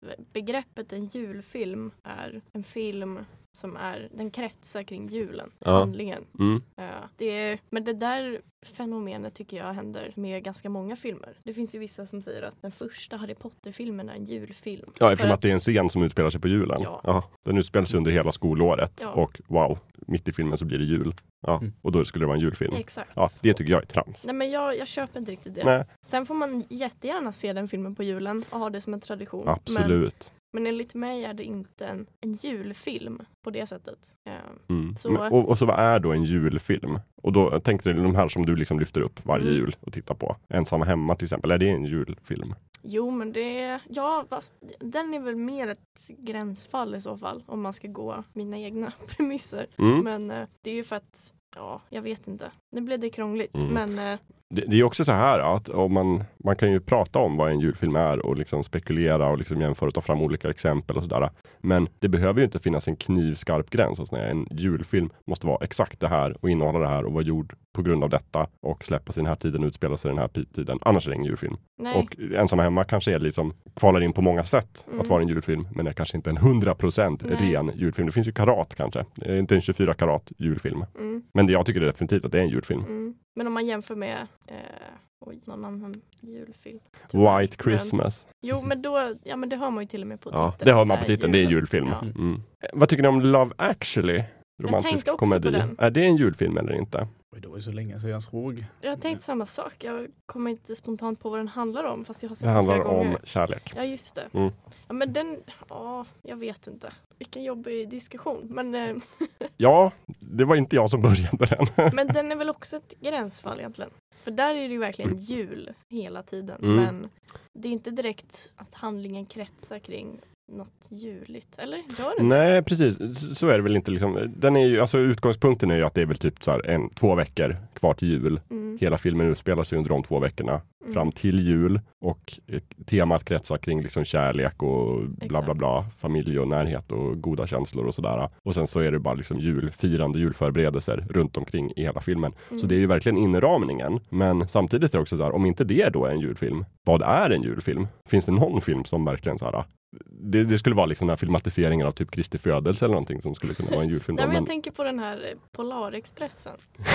begreppet en julfilm är en film som är, den kretsar kring julen, Ja. handlingen. Mm. Ja, det är, men det där fenomenet tycker jag händer med ganska många filmer. Det finns ju vissa som säger att den första Harry Potter-filmen är en julfilm. Ja, eftersom att det är en scen som utspelar sig på julen. Ja. Ja, den utspelar sig under hela skolåret. Ja. Och wow, mitt i filmen så blir det jul. Ja, Mm. och då skulle det vara en julfilm. Exakt. Ja, det tycker jag är trams. Nej, men jag, jag köper inte riktigt det. Nej, Sen får man jättegärna se den filmen på julen och ha det som en tradition. Men, absolut. men enligt mig är det inte en, en julfilm på det sättet. Ja. Mm. Så- Men, och, och så vad är då en julfilm? Och då tänkte jag de här som du liksom lyfter upp varje Mm. jul och tittar på. Ensam hemma till exempel, är det en julfilm? Jo, men det... Ja, fast den är väl mer ett gränsfall i så fall. Om man ska gå mina egna premisser. Mm. Men eh, det är ju för att... Ja, jag vet inte. Nu blev det krångligt. Mm. Men eh, Det, det är också så här att om man, man kan ju prata om vad en julfilm är och liksom spekulera och liksom jämföra och ta fram olika exempel och sådär. Men det behöver ju inte finnas en knivskarp gräns. Och sådär. En julfilm måste vara exakt det här och innehålla det här och vara gjord på grund av detta och släppas i den här tiden och utspela sig i den här pi- tiden. Annars är det ingen julfilm. nej. Och Ensam hemma kanske är liksom kvalar in på många sätt Mm. att vara en julfilm, men det är kanske inte en hundra procent Nej. ren julfilm. Det finns ju karat kanske. Det är inte en tjugofyra karat julfilm. Mm, Men det, jag tycker det definitivt att det är en julfilm. mm. Men om man jämför med... Eh, oj, någon annan julfilm. White Men- Christmas. Jo, men då... Ja, men det hör man ju till och med på Ja, titeln. det hör man på Där är titeln. Det är en julen. julfilm. Ja. Mm. Vad tycker ni om Love Actually? Romantisk tänkte också komedi. på den. Är det en julfilm eller inte? Oj, det var ju så länge sedan jag såg. Jag har tänkt samma sak. Jag kommer inte spontant på vad den handlar om. Fast jag har sett Det den handlar flera gånger. om kärlek. Ja, just det. Mm. Ja, men den... Ja, jag vet inte. Vilken jobbig diskussion. Men, eh, Ja, det var inte jag som började den. men den är väl också ett gränsfall egentligen. För där är det ju verkligen jul hela tiden. Mm. Men det är inte direkt att handlingen kretsar kring något juligt. Eller gör den? Nej, precis. S- Så är det väl inte. Liksom. Den är ju, alltså, utgångspunkten är ju att det är väl typ så här en, två veckor kvar till jul. Mm. Hela filmen utspelar sig under de två veckorna Mm. fram till jul. Och eh, temat kretsar kring liksom kärlek och bla bla Exakt. bla. Familj och närhet och goda känslor och sådär. Och sen så är det bara liksom julfirande, julförberedelser runt omkring i hela filmen. Mm. Så det är ju verkligen inramningen. Men samtidigt är det också så här, om inte det då är en julfilm, vad är en julfilm? Finns det någon film som verkligen så här... Det, det skulle vara liksom den här filmatiseringen av typ Kristi födelse eller någonting som skulle kunna vara en julfilm. Nej, då, men jag men tänker på den här eh, Polarexpressen.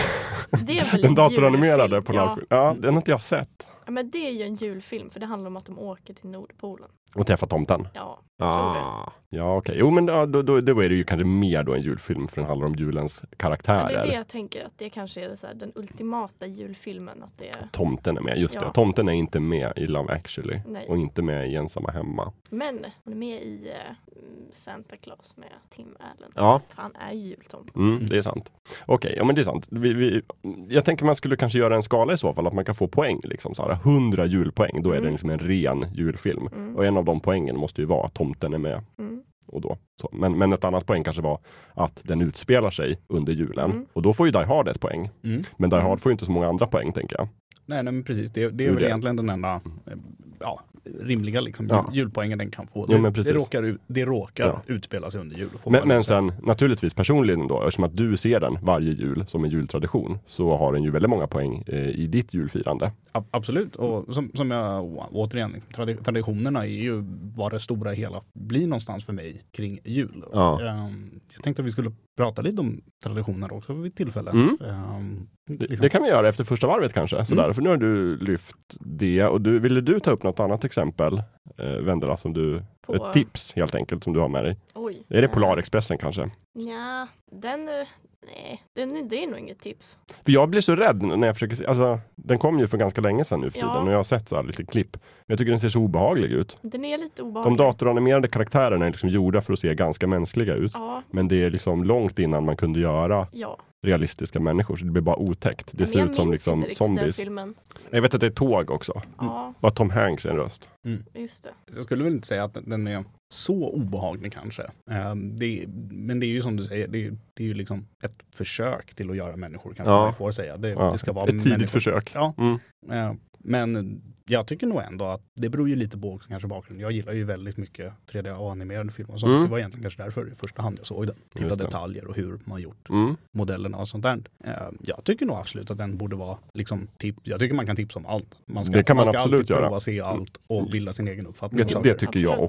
Det är väl den en datoranimerade julfilm? Polarfilm. Ja. ja, den har inte jag sett. Ja, men det är ju en julfilm. För det handlar om att de åker till Nordpolen. Och träffa tomten. Ja, jag tror det. Ah. Ja, okej. Jo, men då, då, då, då är det ju kanske mer då en julfilm för den handlar om julens Ja, karaktärer. det är det jag tänker. Att det kanske är det så här, den ultimata julfilmen. Att det är... Tomten är med, just Ja. det. Tomten är inte med i Love Actually. Nej. Och inte med i Ensamma hemma. Men hon är med i eh, Santa Claus med Tim Allen. Ja, För han är ju jultomte. mm, det är sant. Okej, ja men det är sant. Vi, vi, jag tänker man skulle kanske göra en skala i så fall. Att man kan få poäng. Liksom, så här, hundra julpoäng. Då är det Mm. liksom en ren julfilm. Mm. Och en av de poängen måste ju vara att tomten är med. Mm. Och då. Så. Men, men ett annat poäng kanske var att den utspelar sig under julen. Mm. Och då får ju Die Hard ett poäng. Mm. Men Die Mm. Hard får ju inte så många andra poäng, tänker jag. Nej, nej, men precis. Det, det är Jo, väl det. egentligen den enda eh, ja, rimliga liksom, Ja. julpoängen den kan få. Jo, Det, men precis. det råkar, ut- det råkar Ja. utspela sig under jul. Får Men, man men liksom- sen naturligtvis personligen då, eftersom att du ser den varje jul som en jultradition, så har den ju väldigt många poäng eh, i ditt julfirande. A- Absolut, och som, som jag å- återigen, liksom, tradi- traditionerna är ju vad det stora hela blir någonstans för mig kring jul. Ja. Ehm, jag tänkte att vi skulle prata lite om traditioner också vid tillfälle. Mm. Ehm, Det, liksom. det kan vi göra efter första varvet kanske. Sådär. Mm. För nu har du lyft det. Och du, ville du ta upp något annat exempel, eh, Vendela, som du, På- ett tips helt enkelt som du har med dig? Oj. Är det Eh, Polarexpressen kanske? Ja, den... eh, Nej, den, det är nog inget tips. För jag blir så rädd när jag försöker se, alltså den kom ju för ganska länge sedan nu för tiden Ja. och jag har sett så här lite klipp. Men jag tycker den ser så obehaglig ut. Den är lite De obehaglig. datoranimerade karaktärerna är liksom gjorda för att se ganska mänskliga ut. Ja, Men det är liksom långt innan man kunde göra ja. realistiska människor. Så det blir bara otäckt. Det Men ser jag ut som minns liksom inte riktigt den zombies. filmen. Jag vet att det är tåg också. Ja, Bara Tom Hanks är en röst. just det. Jag skulle väl inte säga att den är så obehaglig kanske. Ehm, det, men det är ju som du säger, det är, det är ju liksom ett försök till att göra människor kanske Ja. man får säga. Det, Ja. det ska vara Ett tidigt människor. försök. Ja. Mm. Eh, Men jag tycker nog ändå att det beror ju lite på också kanske bakgrunden. Jag gillar ju väldigt mycket tre D-animerade filmer och sånt. Mm. Det var egentligen kanske därför i första hand jag såg den. Titta Just det. detaljer och hur man gjort Mm. modellerna och sånt där. Eh, Jag tycker nog absolut att den borde vara liksom tips. Jag tycker man kan tipsa om allt. Man ska, Det kan man ska absolut alltid göra. prova se allt och bilda sin egen uppfattning. Det, om det saker. tycker jag Absolut. också.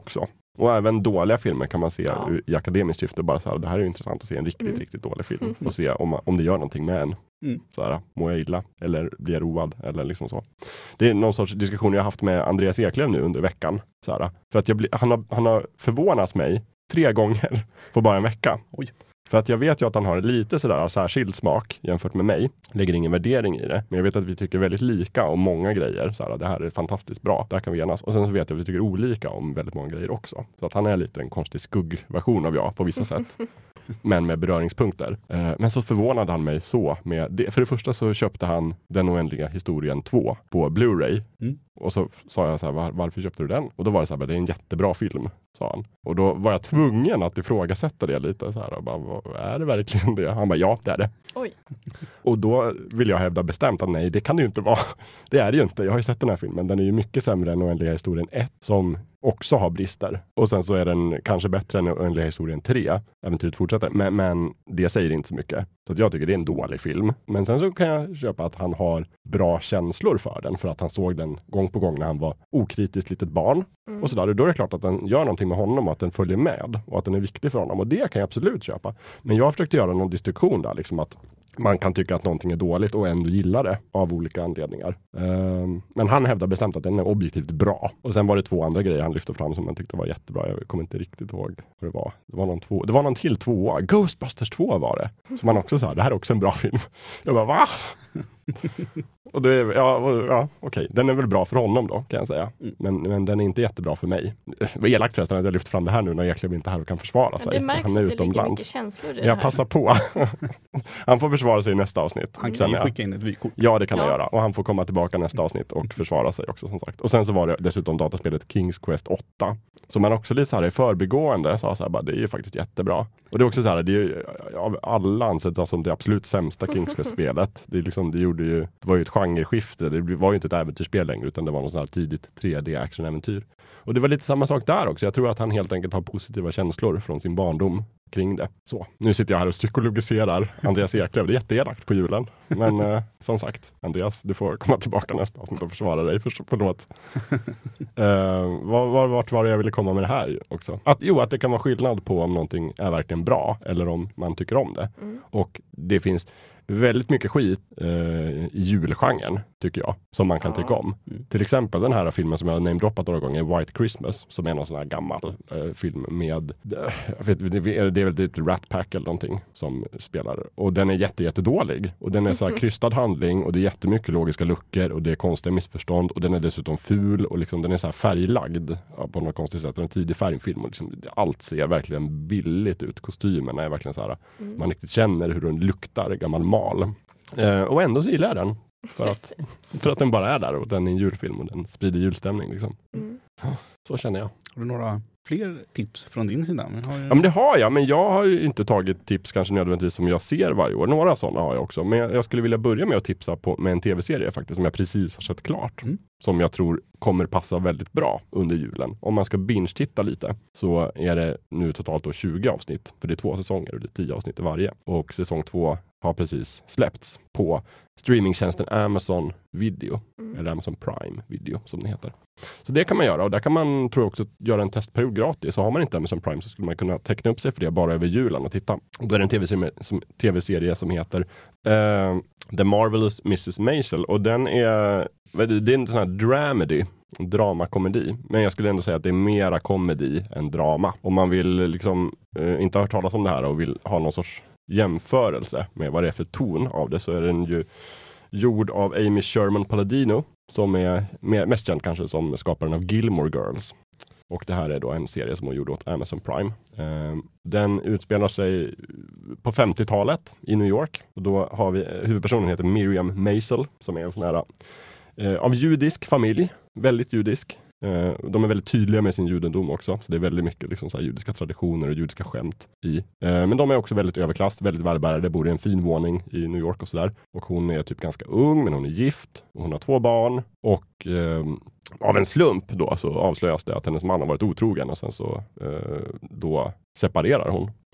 Och även dåliga filmer kan man se Ja. i akademiskt syfte. Bara så här, det här är intressant att se en riktigt, Mm. riktigt dålig film. Och se om, om det gör någonting med en. Mm. Så här, mår jag illa? Eller blir jag road? Eller liksom så. Det är någon sorts diskussion jag haft med Andreas Eklöf nu under veckan. Så här, för att jag bli, han, har, han har förvånat mig tre gånger på bara en vecka. Oj. För att jag vet ju att han har lite sådär särskild smak jämfört med mig. Lägger ingen värdering i det. Men jag vet att vi tycker väldigt lika om många grejer. Såhär, det här är fantastiskt bra. Där kan vi enas. Och sen så vet jag att vi tycker olika om väldigt många grejer också. Så att han är lite en konstig skuggversion av jag på vissa sätt. Men med beröringspunkter. Eh, men så förvånade han mig så. Med det. För det första så köpte han Den oändliga historien två på Blu-ray. Mm. Och så sa jag så här, Var, varför köpte du den? Och då var det så här, det är en jättebra film, sa han. Och då var jag tvungen att ifrågasätta det lite. Så här, och bara, vad, är det verkligen det? Han bara, ja, det är det. Oj. Och då vill jag hävda bestämt att nej, det kan det ju inte vara. Det är det ju inte. Jag har ju sett den här filmen. Den är ju mycket sämre än Oändliga historien ett, som också har brister. Och sen så är den kanske bättre än Oändliga historien tre. Äventyret fortsätter. Men, men det säger inte så mycket. Så att jag tycker det är en dålig film. Men sen så kan jag köpa att han har bra känslor för den. För att han såg den gång på gång när han var okritiskt litet barn. Mm. Och sådär. Och då är det klart att den gör någonting med honom och att den följer med. Och att den är viktig för honom. Och det kan jag absolut köpa. Men jag har försökt göra någon distinktion där. Liksom att man kan tycka att någonting är dåligt och ändå gilla det av olika anledningar. Um, men han hävdar bestämt att den är objektivt bra. Och sen var det två andra grejer han lyfte fram som han tyckte var jättebra. Jag kommer inte riktigt ihåg vad det var. Det var någon, två, det var någon till tvåa. Ghostbusters två var det. Som han också sa, det här är också en bra film. Jag bara, va? Och det, ja, ja okej. Den är väl bra för honom då, kan jag säga. Men, men den är inte jättebra för mig. Det var elakt förresten att jag lyfte fram det här nu när Eklöf inte är här och kan försvara sig. Ja, det märks han är att det ligger utomlands. mycket känslor i det Jag här. passar på. Han får försvara sig i nästa avsnitt. Han kan känner ju jag. skicka in ett vykort. Ja, det kan Ja. han göra. Och han får komma tillbaka nästa avsnitt och försvara sig också, som sagt. Och sen så var det dessutom dataspelet King's Quest åtta. Som man också lite så här i förbigående sa så här, bara, det är ju faktiskt jättebra. Och det är också så här, det är ju av alla ansett som det absolut sämsta King's Quest-spelet. Det, är liksom, det, gjorde ju, det var ju ett genreskifte. Det var ju inte ett äventyrsspel längre, utan det var något sånt här tidigt tre D-action-äventyr. Och det var lite samma sak där också. Jag tror att han helt enkelt har positiva känslor från sin barndom kring det. Så, nu sitter jag här och psykologiserar Andreas Eklöf. Det är jätteelakt på julen. Men eh, som sagt, Andreas, du får komma tillbaka nästa avsnitt och försvara dig. För, förlåt. uh, var, var, vart var det jag ville komma med det här också? Att, jo, att det kan vara skillnad på om någonting är verkligen bra eller om man tycker om det. Mm. Och det finns väldigt mycket skit eh, i julgenren, tycker jag, som man kan Ja. tycka om. Mm. Till exempel den här filmen som jag har namedroppat några gånger, White Christmas, som är någon sån här gammal eh, film med, eh, jag vet, det, är, det är väl typ Rat Pack eller någonting som spelar. Och den är jätte, jätte dålig. Och den är så här krystad handling och det är jättemycket logiska luckor och det är konstiga missförstånd och den är dessutom ful och liksom den är så här färglagd ja, på något konstigt sätt. En tidig färgfilm och liksom, allt ser verkligen billigt ut. Kostymerna är verkligen så här, Mm. man riktigt känner hur den luktar gammal mal. Eh, och ändå så gillar jag den. För att, för att den bara är där och den är en julfilm och den sprider julstämning liksom. Mm. Så känner jag. Har du några fler tips från din sida? Men har ju... Ja, men det har jag, men jag har ju inte tagit tips kanske nödvändigtvis som jag ser varje år. Några sådana har jag också. Men jag skulle vilja börja med att tipsa på, med en tv-serie faktiskt som jag precis har sett klart. Mm. Som jag tror kommer passa väldigt bra under julen. Om man ska binge-titta lite så är det nu totalt då tjugo avsnitt. För det är två säsonger och det är tio avsnitt i varje. Och säsong två har precis släppts på streamingtjänsten Amazon Video. Mm. Eller Amazon Prime Video som det heter. Så det kan man göra och där kan man tror jag också göra en testperiod gratis. Så har man inte Amazon Prime så skulle man kunna teckna upp sig för det bara över julen och titta. Och då är det en tv-serie som, tv-serie som heter uh, The Marvelous missus Maisel och den är, det är en sån här dramedy, dramakomedi. Men jag skulle ändå säga att det är mera komedi än drama. Om man vill liksom uh, inte ha hört talas om det här och vill ha någon sorts jämförelse med vad det är för ton av det så är den ju gjord av Amy Sherman Palladino som är mest känd kanske som skaparen av Gilmore Girls. Och det här är då en serie som hon gjorde åt Amazon Prime. Eh, den utspelar sig på femtiotalet i New York. Och då har vi, huvudpersonen heter Miriam Maisel som är en sån här eh, av judisk familj. Väldigt judisk. Eh, de är väldigt tydliga med sin judendom också. Så det är väldigt mycket liksom, så här, judiska traditioner och judiska skämt i. Eh, men de är också väldigt överklass, väldigt välbärgade. Bor i en fin våning i New York och sådär. Och hon är typ ganska ung men hon är gift. Och hon har två barn. Och eh, av en slump då så avslöjas det att hennes man har varit otrogen. Och sen så eh, då separerar hon.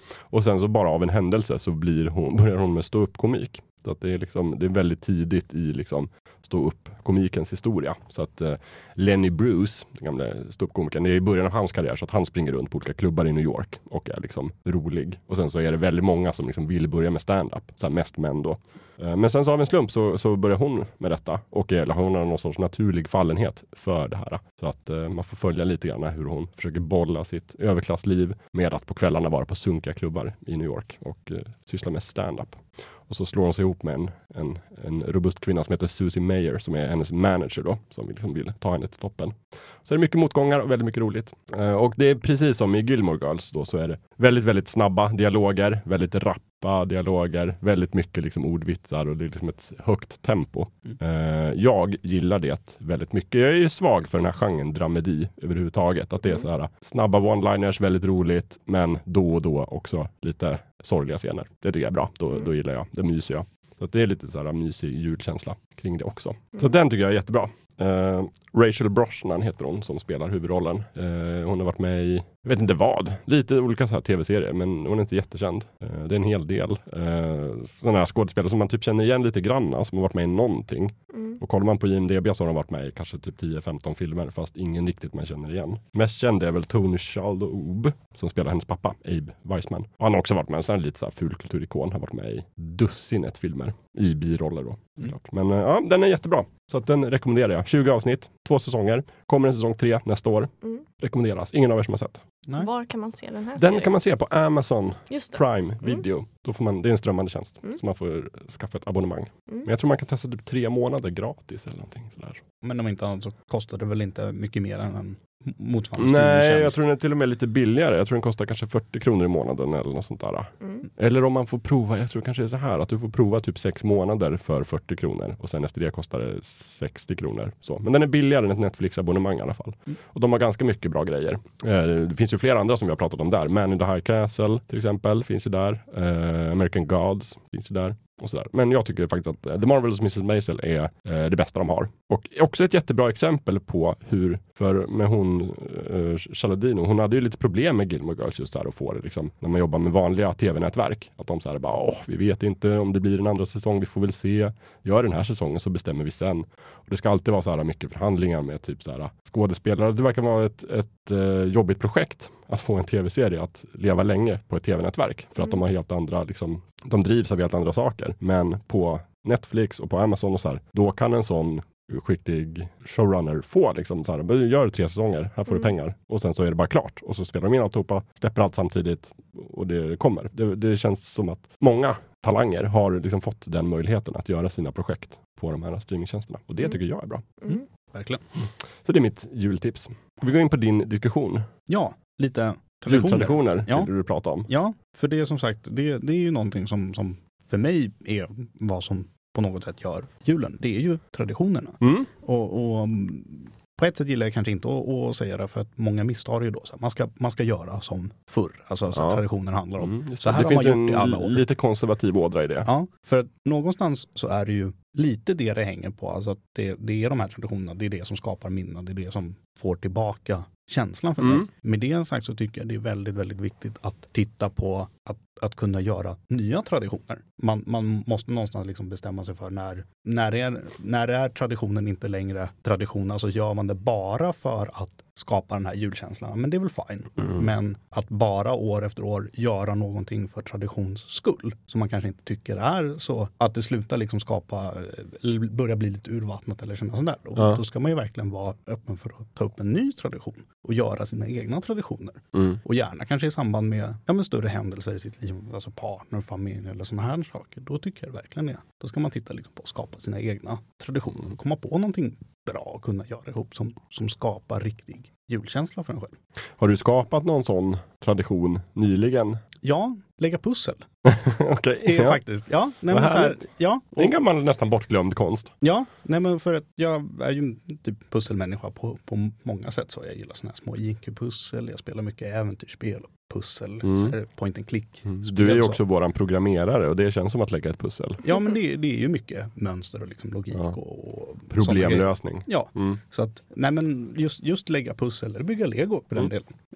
Och sen så bara av en händelse så blir hon, börjar hon med stå-upp-komik. Så att det är liksom, det är väldigt tidigt i liksom stå-upp-komikens historia. Så att eh, Lenny Bruce, den gamla stå-upp-komikern, det är i början av hans karriär så att han springer runt på olika klubbar i New York och är liksom rolig. Och sen så är det väldigt många som liksom vill börja med stand-up, så här mest män då. Eh, men sen så av en slump så, så börjar hon med detta och eller hon har någon sorts naturlig fallenhet för det här. Så att eh, man får följa lite grann hur hon försöker bolla sitt överklassliv med att på kvällarna vara på sunkiga klubbar i New York och eh, syssla med stand-up. Och så slår hon sig ihop med en, en, en robust kvinna som heter Susie Mayer som är hennes manager då, som liksom vill ta henne till toppen. Så det är mycket motgångar och väldigt mycket roligt. Uh, och det är precis som i Gilmore Girls då, så är det väldigt, väldigt snabba dialoger, väldigt rappa dialoger, väldigt mycket liksom ordvitsar och det är liksom ett högt tempo. Mm. Uh, jag gillar det väldigt mycket. Jag är ju svag för den här genren dramedi överhuvudtaget. Att det är så här snabba one-liners, väldigt roligt, men då och då också lite sorgliga scener. Det tycker jag är bra. Då, då gillar jag. Det myser jag. Så att det är lite så här mysig julkänsla kring det också. Så mm. den tycker jag är jättebra. Uh, Rachel Brosnan heter hon som spelar huvudrollen. Uh, hon har varit med i, jag vet inte vad, lite olika så här tv-serier, men hon är inte jättekänd. Uh, det är en hel del uh, sådana här skådespelare som man typ känner igen lite grann, som har varit med i någonting. Mm. Och kollar man på I M D B så har de varit med i kanske typ tio femton filmer, fast ingen riktigt man känner igen. Mest känd är väl Tony Shalhoub som spelar hennes pappa, Abe Weissman. Och han har också varit med, så här lite så här fulkulturikon, har varit med i dussinet filmer i biroller då. Mm. Men uh, ja, den är jättebra. Så att den rekommenderar jag. tjugo avsnitt, två säsonger. Kommer en säsong tre nästa år. Mm. Rekommenderas. Ingen av er som har sett. Nej. Var kan man se den här Den serien? kan man se på Amazon Prime mm. Video. Då får man, det är en strömmande tjänst. Mm. Så man får skaffa ett abonnemang. Mm. Men jag tror man kan testa typ tre månader gratis eller någonting sådär. Men om inte annat så kostar det väl inte mycket mer än en motsvarande Nej, jag tror den är till och med lite billigare. Jag tror den kostar kanske fyrtio kronor i månaden eller något sånt där. Mm. Eller om man får prova, jag tror kanske det är så här att du får prova typ sex månader för fyrtio kronor och sen efter det kostar det sextio kronor. Så. Men den är billigare än ett Netflix-abonnemang i alla fall. Mm. Och de har ganska mycket bra grejer. Det finns ju flera andra som vi har pratat om där. Man in the High Castle till exempel finns ju där. Uh, American Gods finns ju där. Och sådär. Men jag tycker faktiskt att The Marvelous missus Maisel är eh, det bästa de har. Och också ett jättebra exempel på hur, för med hon eh, Chaladino, hon hade ju lite problem med Gilmore Girls just där att få det liksom, när man jobbar med vanliga tv-nätverk. Att de säger bara, åh, vi vet inte om det blir en andra säsong, vi får väl se. Gör den här säsongen så bestämmer vi sen. Och det ska alltid vara så här mycket förhandlingar med typ så här skådespelare. Det verkar vara ett, ett eh, jobbigt projekt att få en tv-serie att leva länge på ett tv-nätverk. För att mm. de har helt andra, liksom, de drivs av helt andra saker. Men på Netflix och på Amazon och så här, då kan en sån skicklig showrunner få liksom så här, gör tre säsonger, här får mm. du pengar. Och sen så är det bara klart. Och så spelar de in alltihopa, släpper allt samtidigt och det kommer. Det, det känns som att många talanger har liksom fått den möjligheten att göra sina projekt på de här streamingtjänsterna. Och det mm. tycker jag är bra. Mm. Verkligen. Mm. Så det är mitt jultips. Vi går in på din diskussion. Ja, lite traditioner. Traditioner ja. Vill du prata om? Ja, för det är som sagt, det, det är ju någonting som, som för mig är vad som på något sätt gör julen. Det är ju traditionerna. Mm. Och, och på ett sätt gillar jag kanske inte att, att säga det för att många misstar ju då. Så man, ska, man ska göra som förr. Alltså så ja. traditioner handlar om. Mm, så här det har finns man gjort en i alla år. Lite konservativ ådra i det. Ja, för att någonstans så är det ju lite det det hänger på. Alltså att det, det är de här traditionerna. Det är det som skapar minnen. Det är det som får tillbaka känslan för mm. mig. Med det sagt så tycker jag det är väldigt, väldigt viktigt att titta på att, att kunna göra nya traditioner. Man, man måste någonstans liksom bestämma sig för när, när, är, när är traditionen inte längre tradition. Alltså gör man det bara för att skapa den här julkänslan. Men det är väl fine. Mm. Men att bara år efter år göra någonting för traditions skull som man kanske inte tycker är så att det slutar liksom skapa eller börja bli lite urvattnat eller sådär. sådär. Då, ja. då ska man ju verkligen vara öppen för att ta upp en ny tradition och göra sina egna traditioner. Mm. Och gärna kanske i samband med, ja, med större händelser i sitt liv, alltså partner, familj eller sådana här saker. Då tycker jag verkligen det. Då ska man titta liksom på att skapa sina egna traditioner och komma på någonting bra och kunna göra ihop som, som skapar riktig julkänsla för en själv. Har du skapat någon sån tradition nyligen? Ja, lägga pussel. Okej. Det är ja. faktiskt, ja. Nej, men så här, ja. Det är en gammal nästan bortglömd konst. Ja, nej men för att jag är ju typ pusselmänniska på, på många sätt. Så jag gillar såna här små I Q-pussel, jag spelar mycket äventyrsspel och pussel, mm. så här point and click. Mm. Du är ju också våran programmerare och det känns som att lägga ett pussel. Ja, men det, det är ju mycket mönster och liksom logik ja. och problemlösning. Ja, mm. så att nej men just, just lägga pussel eller bygga Lego på den mm. delen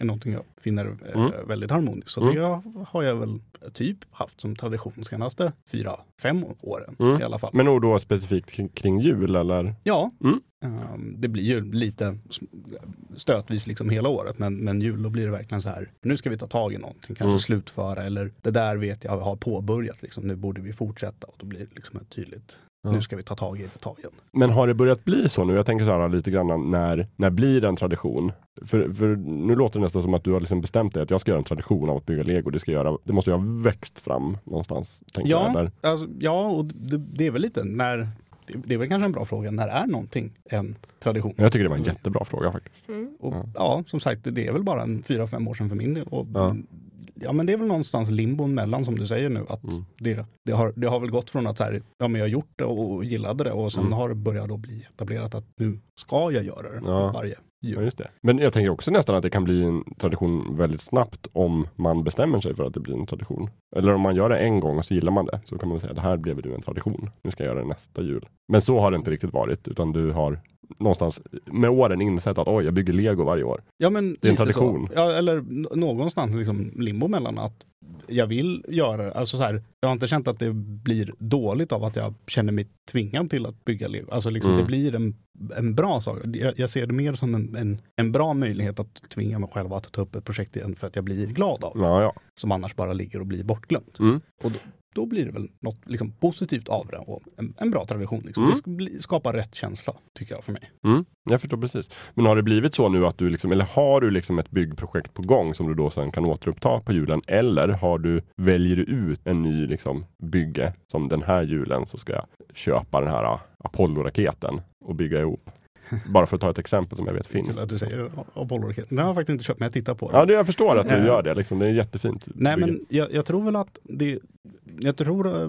är någonting jag finner eh, Mm. väldigt harmoniskt. Så Mm. det har jag väl typ haft som tradition de senaste fyra, fem åren Mm. i alla fall. Men och då specifikt kring, kring jul eller? Ja, Mm. um, det blir ju lite stötvis liksom hela året, men, men jul då blir det verkligen så här, nu ska vi ta tag i någonting, kanske Mm. slutföra, eller det där vet jag har påbörjat, liksom, nu borde vi fortsätta, och då blir det liksom ett tydligt, Ja. nu ska vi ta tag i det tagen. Men har det börjat bli så nu? Jag tänker så här lite grann, när, när blir det en tradition? För, för nu låter det nästan som att du har liksom bestämt dig att jag ska göra en tradition av att bygga Lego. Det, ska göra, det måste ju ha växt fram någonstans, tänker jag. Ja, Där. alltså, ja, och det, det är väl lite när, det, det är väl kanske en bra fråga, när är någonting en tradition? Jag tycker det var en jättebra fråga faktiskt. Mm. Och, Ja. ja, som sagt, det är väl bara en fyra, fem år sedan för min del. Och, Ja. ja, men det är väl någonstans limbon mellan, som du säger nu, att Mm. det, det, har, det har väl gått från att så här, ja, men jag har gjort det och gillade det, och sen Mm. har det börjat då bli etablerat att nu ska jag göra det Ja. varje jul. Ja, just det. Men jag tänker också nästan att det kan bli en tradition väldigt snabbt om man bestämmer sig för att det blir en tradition. Eller om man gör det en gång och så gillar man det, så kan man säga det här blev ju en tradition. Nu ska jag göra det nästa jul. Men så har det inte riktigt varit, utan du har någonstans med åren insett att oj, jag bygger Lego varje år. Ja, men Det är en lite tradition. Så. Ja, eller n- någonstans liksom limbo mellan att jag vill göra, alltså så här, jag har inte känt att det blir dåligt av att jag känner mig tvingad till att bygga Lego. Alltså liksom, Mm. det blir en, en bra sak. Jag, jag ser det mer som en, en, en bra möjlighet att tvinga mig själv att ta upp ett projekt igen för att jag blir glad av det. Ja, ja. Som annars bara ligger och blir bortglömt. Mm. Och då, då blir det väl något liksom positivt av det, och en, en bra tradition. Liksom. Mm. Det ska bli, skapar rätt känsla, tycker jag, för mig. Mm, jag förstår precis. Men har det blivit så nu att du liksom, eller har du liksom ett byggprojekt på gång som du då sen kan återuppta på julen, eller har du, väljer du ut en ny liksom bygge som den här julen så ska jag köpa den här Apollo-raketen och bygga ihop? Bara för att ta ett exempel som jag vet Det är finns. kul att du säger Apollo-raketen. Den har jag faktiskt inte köpt, men jag tittar på den. Ja, det, jag förstår att du Eh. gör det. Liksom. Det är jättefint. Nej, bygge. men jag, jag tror väl att det, jag tror uh,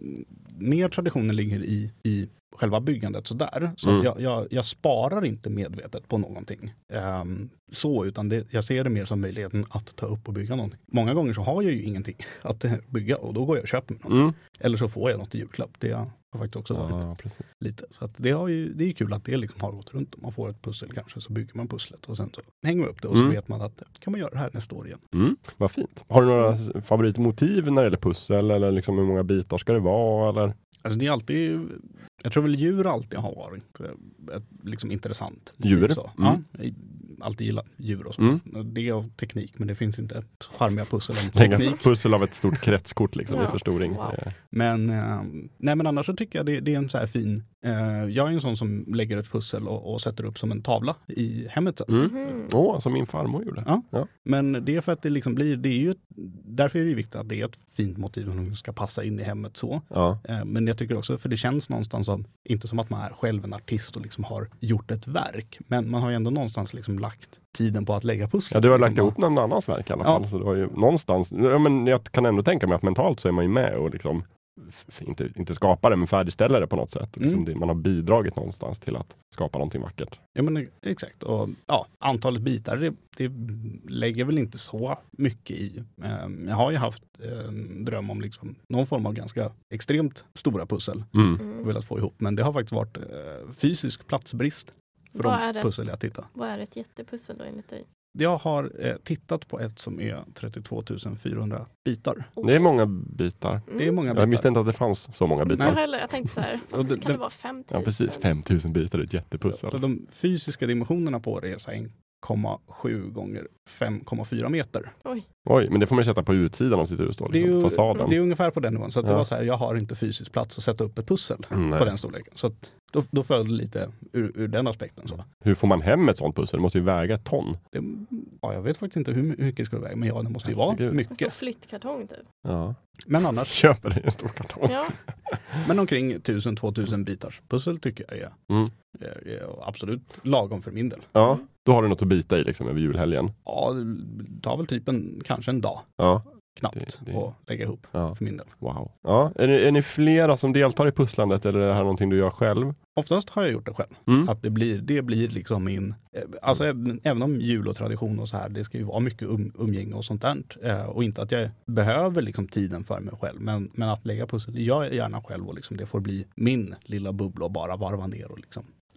mer traditionen ligger i, i själva byggandet sådär. Så Mm. att jag, jag, jag sparar inte medvetet på någonting. Um, så, utan det, jag ser det mer som möjligheten att ta upp och bygga någonting. Många gånger så har jag ju ingenting att eh, bygga, och då går jag och köper något. Mm. Eller så får jag något i julklapp. Det har faktiskt också varit Ja, precis. lite. Så att det, har ju, det är ju kul att det liksom har gått runt. Om man får ett pussel kanske, så bygger man pusslet och sen så hänger man upp det, och Mm. så vet man att kan man göra det här nästa år igen. Mm, vad fint. Har du några favoritmotiv när det gäller pussel, eller liksom hur många bitar ska det vara? Eller? Alltså det är alltid, jag tror väl djur alltid har varit ett, liksom intressant motiv. Djur? Så. Mm. Ja, jag alltid gillat djur och så. Mm. Det och teknik, men det finns inte charmiga pussel om Lägga teknik. pussel av ett stort kretskort liksom, Ja. i förstoring. Wow. Eh, Men, eh, nej, men annars så tycker jag det, det är en så här fin, eh, jag är en sån som lägger ett pussel och, och sätter upp som en tavla i hemmet sen. Mm. Mhm. Åh, som min farmor gjorde. Ja. Ja. Men det är för att det liksom blir, det är ju, ett, därför är det ju viktigt att det är ett fint motiv som ska passa in i hemmet så. Ja. Eh, Men jag tycker också, för det känns någonstans som, inte som att man är själv en artist och liksom har gjort ett verk, men man har ju ändå någonstans liksom lagt tiden på att lägga pussel. Ja, du har lagt liksom. ihop någon annans verk i alla Ja. fall. Så det var ju någonstans, ja, men jag kan ändå tänka mig att mentalt så är man ju med och liksom, f- inte, inte skapa det, men färdigställa det på något sätt. Liksom Mm. det, man har bidragit någonstans till att skapa någonting vackert. Ja, men exakt. Och ja, antalet bitar, det, det lägger väl inte så mycket i. Um, jag har ju haft en dröm om liksom någon form av ganska extremt stora pussel Mm. jag Mm. velat få ihop, men det har faktiskt varit uh, fysisk platsbrist för Vad är de det? pussel jag tittar. Vad är ett jättepussel då enligt dig? Jag har eh, tittat på ett som är trettiotvå tusen fyrahundra bitar. Det är många bitar. Mm. Det är många Jag bitar. visste inte att det fanns så många Inte bitar. jag heller. Jag tänkte så här, Och det- kan det- det vara fem tusen? Ja, precis. fem tusen bitar är ett jättepussel. Så de fysiska dimensionerna på det är så en komma sju gånger fem komma fyra meter. Oj. Oj, men det får man sätta på utsidan av sitt hus då, Det är liksom, ju- fasaden. Det är ungefär på den nivån. Så att det Ja. var så här, jag har inte fysisk plats att sätta upp ett pussel Mm, nej. på den storleken. Så att då, då föll det lite ur, ur den aspekten. Så. Hur får man hem ett sånt pussel? Det måste ju väga ett ton. Det, ja, jag vet faktiskt inte hur my- hur mycket det skulle väga, men ja, det måste ju vara Herregud. En stor mycket. flyttkartong typ. Ja. Men annars, Köper det i en stor kartong. Ja. men omkring tusen till tvåtusen bitars pussel tycker jag är, Mm. är, är absolut lagom för min del. Ja, då har du något att bita i liksom över julhelgen. Ja, det tar väl typ en, kanske en dag Ja, knappt Det- det- att lägga ihop ja. för min del. Wow. Ja, är, ni, är ni flera som deltar i pusslandet, eller är det här någonting du gör själv? Oftast har jag gjort det själv. Mm. Att det blir, det blir liksom min, eh, alltså även, även om jul och tradition och så här, det ska ju vara mycket um, umgänge och sånt där. Eh, och inte att jag behöver liksom tiden för mig själv, men, men att lägga pussel, jag gör gärna själv och liksom det får bli min lilla bubbla och bara varva ner och liksom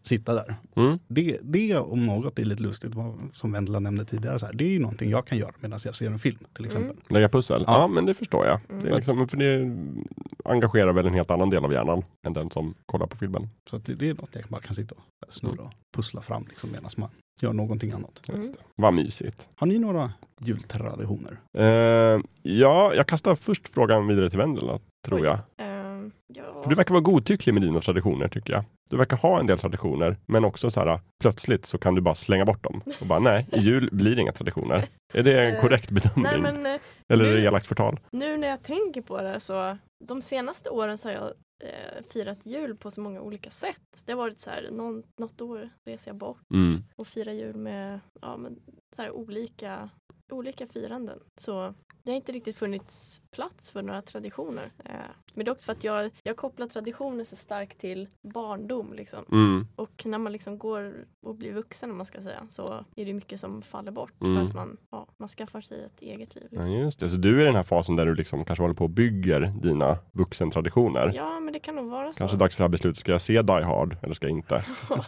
sitta där. Mm. Det, det om något är lite lustigt, vad, som Vendela nämnde tidigare. Så här, det är ju någonting jag kan göra medan jag ser en film till exempel. Mm. Lägga pussel? Ja. Ja. men det förstår jag. Mm. Det är liksom, för det engagerar väl en helt annan del av hjärnan än den som kollar på filmen. Så att det, det är något jag bara kan sitta och snurra och pussla fram liksom, medan man gör någonting annat. Mm. Just det. Vad mysigt. Har ni några jultraditioner? Eh, ja, jag kastar först frågan vidare till Vendela, tror Oj. jag. Ehm, ja. För du verkar vara godtycklig med dina traditioner, tycker jag. Du verkar ha en del traditioner, men också så här, plötsligt så kan du bara slänga bort dem. Och bara, nej, i jul blir det inga traditioner. Är det en Eh, korrekt bedömning? Nej, men eh, Eller är det nu- elakt förtal? nu när jag tänker på det så de senaste åren så har jag eh, firat jul på så många olika sätt. Det har varit så här, någon, något år reser jag bort Mm. och firar jul med ja, men, så här, olika, olika firanden. Så det har inte riktigt funnits plats för några traditioner. Eh, men det är också för att jag, jag kopplar traditioner så starkt till barndom. Liksom. Mm. Och när man liksom går och blir vuxen, om man ska säga, så är det mycket som faller bort Mm. för att man, ja, man skaffar sig ett eget liv. Ja, Liksom. just det. Så du är i den här fasen där du liksom kanske håller på och bygger dina vuxentraditioner. Ja, men det kan nog vara så. Kanske dags för det här beslutet. Ska jag se Die Hard eller ska jag inte?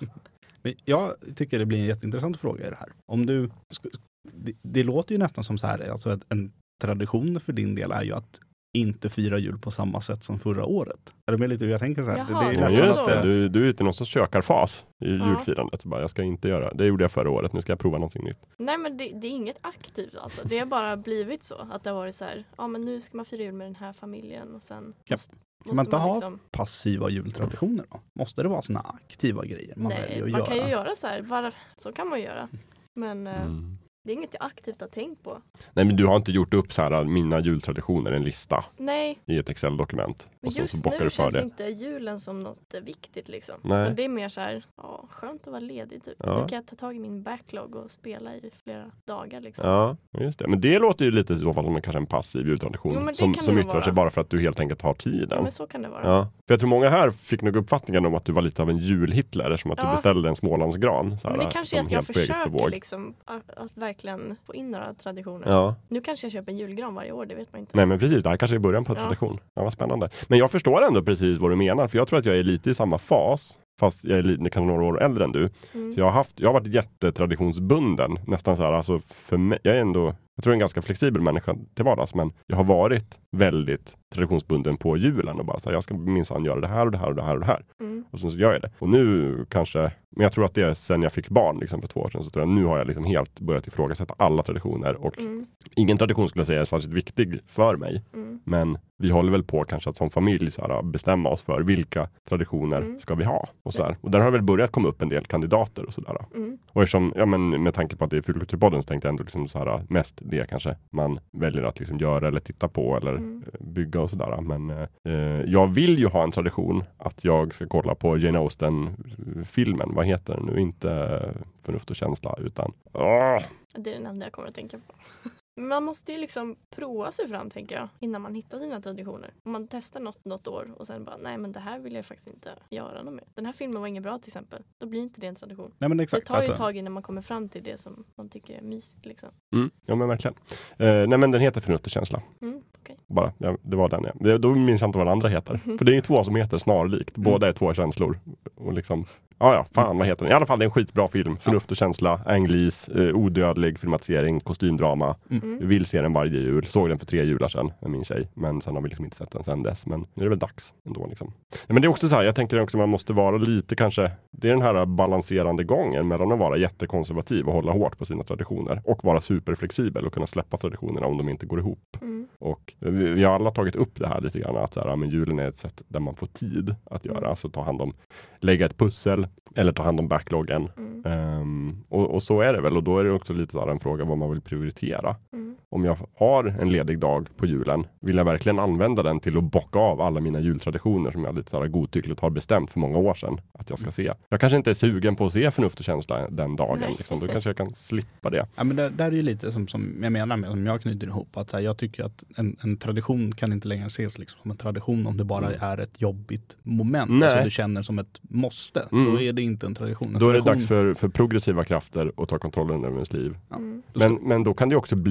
Men jag tycker det blir en jätteintressant fråga i det här. Om du, sk- det, det låter ju nästan som så här, alltså att en tradition för din del är ju att inte fira jul på samma sätt som förra året. Är det med lite hur jag tänker så här? Jaha, det, det är Ja, Ja, nästan just att, det. eh, Du, du är ute i någon sorts kökarfas i Ja. julfirandet. Bara, jag ska inte göra. Det gjorde jag förra året. Nu ska jag prova någonting nytt. Nej, men det, det är inget aktivt alltså. Det har bara blivit så. Att det har varit så här, ja men nu ska man fira jul med den här familjen och sen Ja. måste, Kan man inte ha liksom, passiva jultraditioner då? Måste det vara såna aktiva grejer man nej, väljer att man göra? kan ju göra så här, bara, så kan man ju göra. Men eh, Mm. det är inget jag aktivt har tänkt på. Nej, men du har inte gjort upp så här mina jultraditioner, en lista Nej, i ett Excel-dokument. men Och sen just så bockar nu du för känns det. inte julen som något eh, viktigt liksom. Nej. Utan det är mer så här, ja, skönt att vara ledig typ. Ja. Nu kan jag ta tag i min backlog och spela i flera dagar liksom. Ja, just det. Men det låter ju lite i så fall som en, kanske en passiv jultradition. Jo, men det som kan som det yttrar vara. sig bara för att du helt enkelt har Ja, tiden. men så kan det vara. Ja. För jag tror många här fick nog uppfattningen om att du var lite av en julhitler som att du Ja. beställde en Smålandsgran. Så här, Men det kanske är som att jag helt på eget försöker bevåg. liksom, att, att verkligen få in några traditioner. Ja. Nu kanske jag köper en julgran varje år, det vet man inte. Nej, men precis. Det här kanske är början på en Ja. tradition. Ja, vad spännande. Men jag förstår ändå precis vad du menar. För jag tror att jag är lite i samma fas. Fast jag är lite, kanske några år äldre än du. Mm. Så jag har, haft, jag har varit jättetraditionsbunden. Nästan så här, alltså för mig, jag är ändå, jag tror jag är en ganska flexibel människa till vardags. Men jag har varit väldigt traditionsbunden på julen. Och bara så här, jag ska minsann göra det här och det här och det här och det här. Mm. Och sen så gör jag det. Och nu kanske, men jag tror att det är sen jag fick barn liksom för två år sedan. Så tror jag nu har jag liksom helt börjat ifrågasätta alla traditioner. Och Mm. ingen tradition skulle jag säga är särskilt viktig för mig. Mm. Men vi håller väl på kanske att som familj så här, bestämma oss för vilka traditioner Mm. ska vi ha. Och, så där. och där har väl börjat komma upp en del kandidater och sådär. Mm. Och eftersom, ja men med tanke på att det är Fulkulturpodden så tänkte jag ändå liksom så här, mest det kanske man väljer att liksom göra eller titta på eller Mm. eh, bygga och sådär. Men eh, jag vill ju ha en tradition att jag ska kolla på Jane Austen-filmen. Vad heter den nu? Inte eh, Förnuft och känsla utan... Åh! Det är den enda jag kommer att tänka på. Man måste ju liksom prova sig fram, tänker jag, innan man hittar sina traditioner. Om man testar något, något år och sen bara, nej men det här vill jag faktiskt inte göra något med. Den här filmen var inget bra till exempel. Då blir inte det en tradition. Nej, men Det exakt. tar ju alltså. ett tag innan man kommer fram till det som man tycker är mysigt liksom. Mm, ja men verkligen. Eh, nej men den heter Förnuft och känsla. Mm, okej. Bara, ja, det var den ja. Det, då minns jag inte vad den andra heter. För det är ju två som heter snarlikt. Båda är två känslor. Och liksom, ja ja, fan vad heter den? I alla fall det är en skitbra film. Förnuft och känsla, Ang-Lees, eh, odödlig filmatisering, kostymdrama. Mm. Jag vill se den varje jul. Såg den för tre jular sedan med min tjej. Men sen har vi liksom inte sett den sedan dess. Men nu är det väl dags ändå liksom. Ja, men det är också så här, jag tänker också att man måste vara lite kanske, det är den här balanserande gången mellan att vara jättekonservativ och hålla hårt på sina traditioner. Och vara superflexibel och kunna släppa traditionerna om de inte går ihop. Mm. Och vi, vi har alla tagit upp det här lite grann. Att så här, ja, men julen är ett sätt där man får tid att göra. Mm. Alltså ta hand om, lägga ett pussel. Eller ta hand om backloggen. Mm. Um, och, och så är det väl. Och då är det också lite så här en fråga vad man vill prioritera. Mm. Om jag har en ledig dag på julen, vill jag verkligen använda den till att bocka av alla mina jultraditioner som jag lite så här godtyckligt har bestämt för många år sedan att jag ska se. Jag kanske inte är sugen på att se Förnuft och känsla den dagen. Nej. Liksom. Då kanske jag kan slippa det. Ja, men det där är ju lite som, som jag menar med, som jag knyter ihop. Att så här, jag tycker att en, en tradition kan inte längre ses liksom som en tradition om det bara Mm. är ett jobbigt moment. Nej. Alltså du känner som ett måste. Mm. Då är det inte en tradition. En Då är det tradition, dags för, för progressiva krafter att ta kontrollen över ens liv. Mm. då ska- Men, men då kan det också bli en, en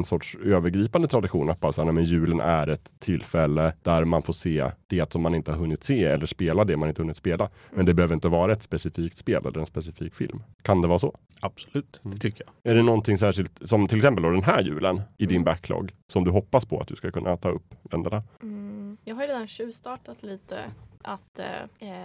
en sorts övergripande tradition att bara säga, men julen är ett tillfälle där man får se det som man inte har hunnit se eller spela det man inte hunnit spela. Men det behöver inte vara ett specifikt spel eller en specifik film. Kan det vara så? Absolut, det tycker jag. Är det någonting särskilt, som till exempel då den här julen i din Mm. backlog, som du hoppas på att du ska kunna ta upp länderna? Mm. Jag har ju redan tjuvstartat lite att eh, eh,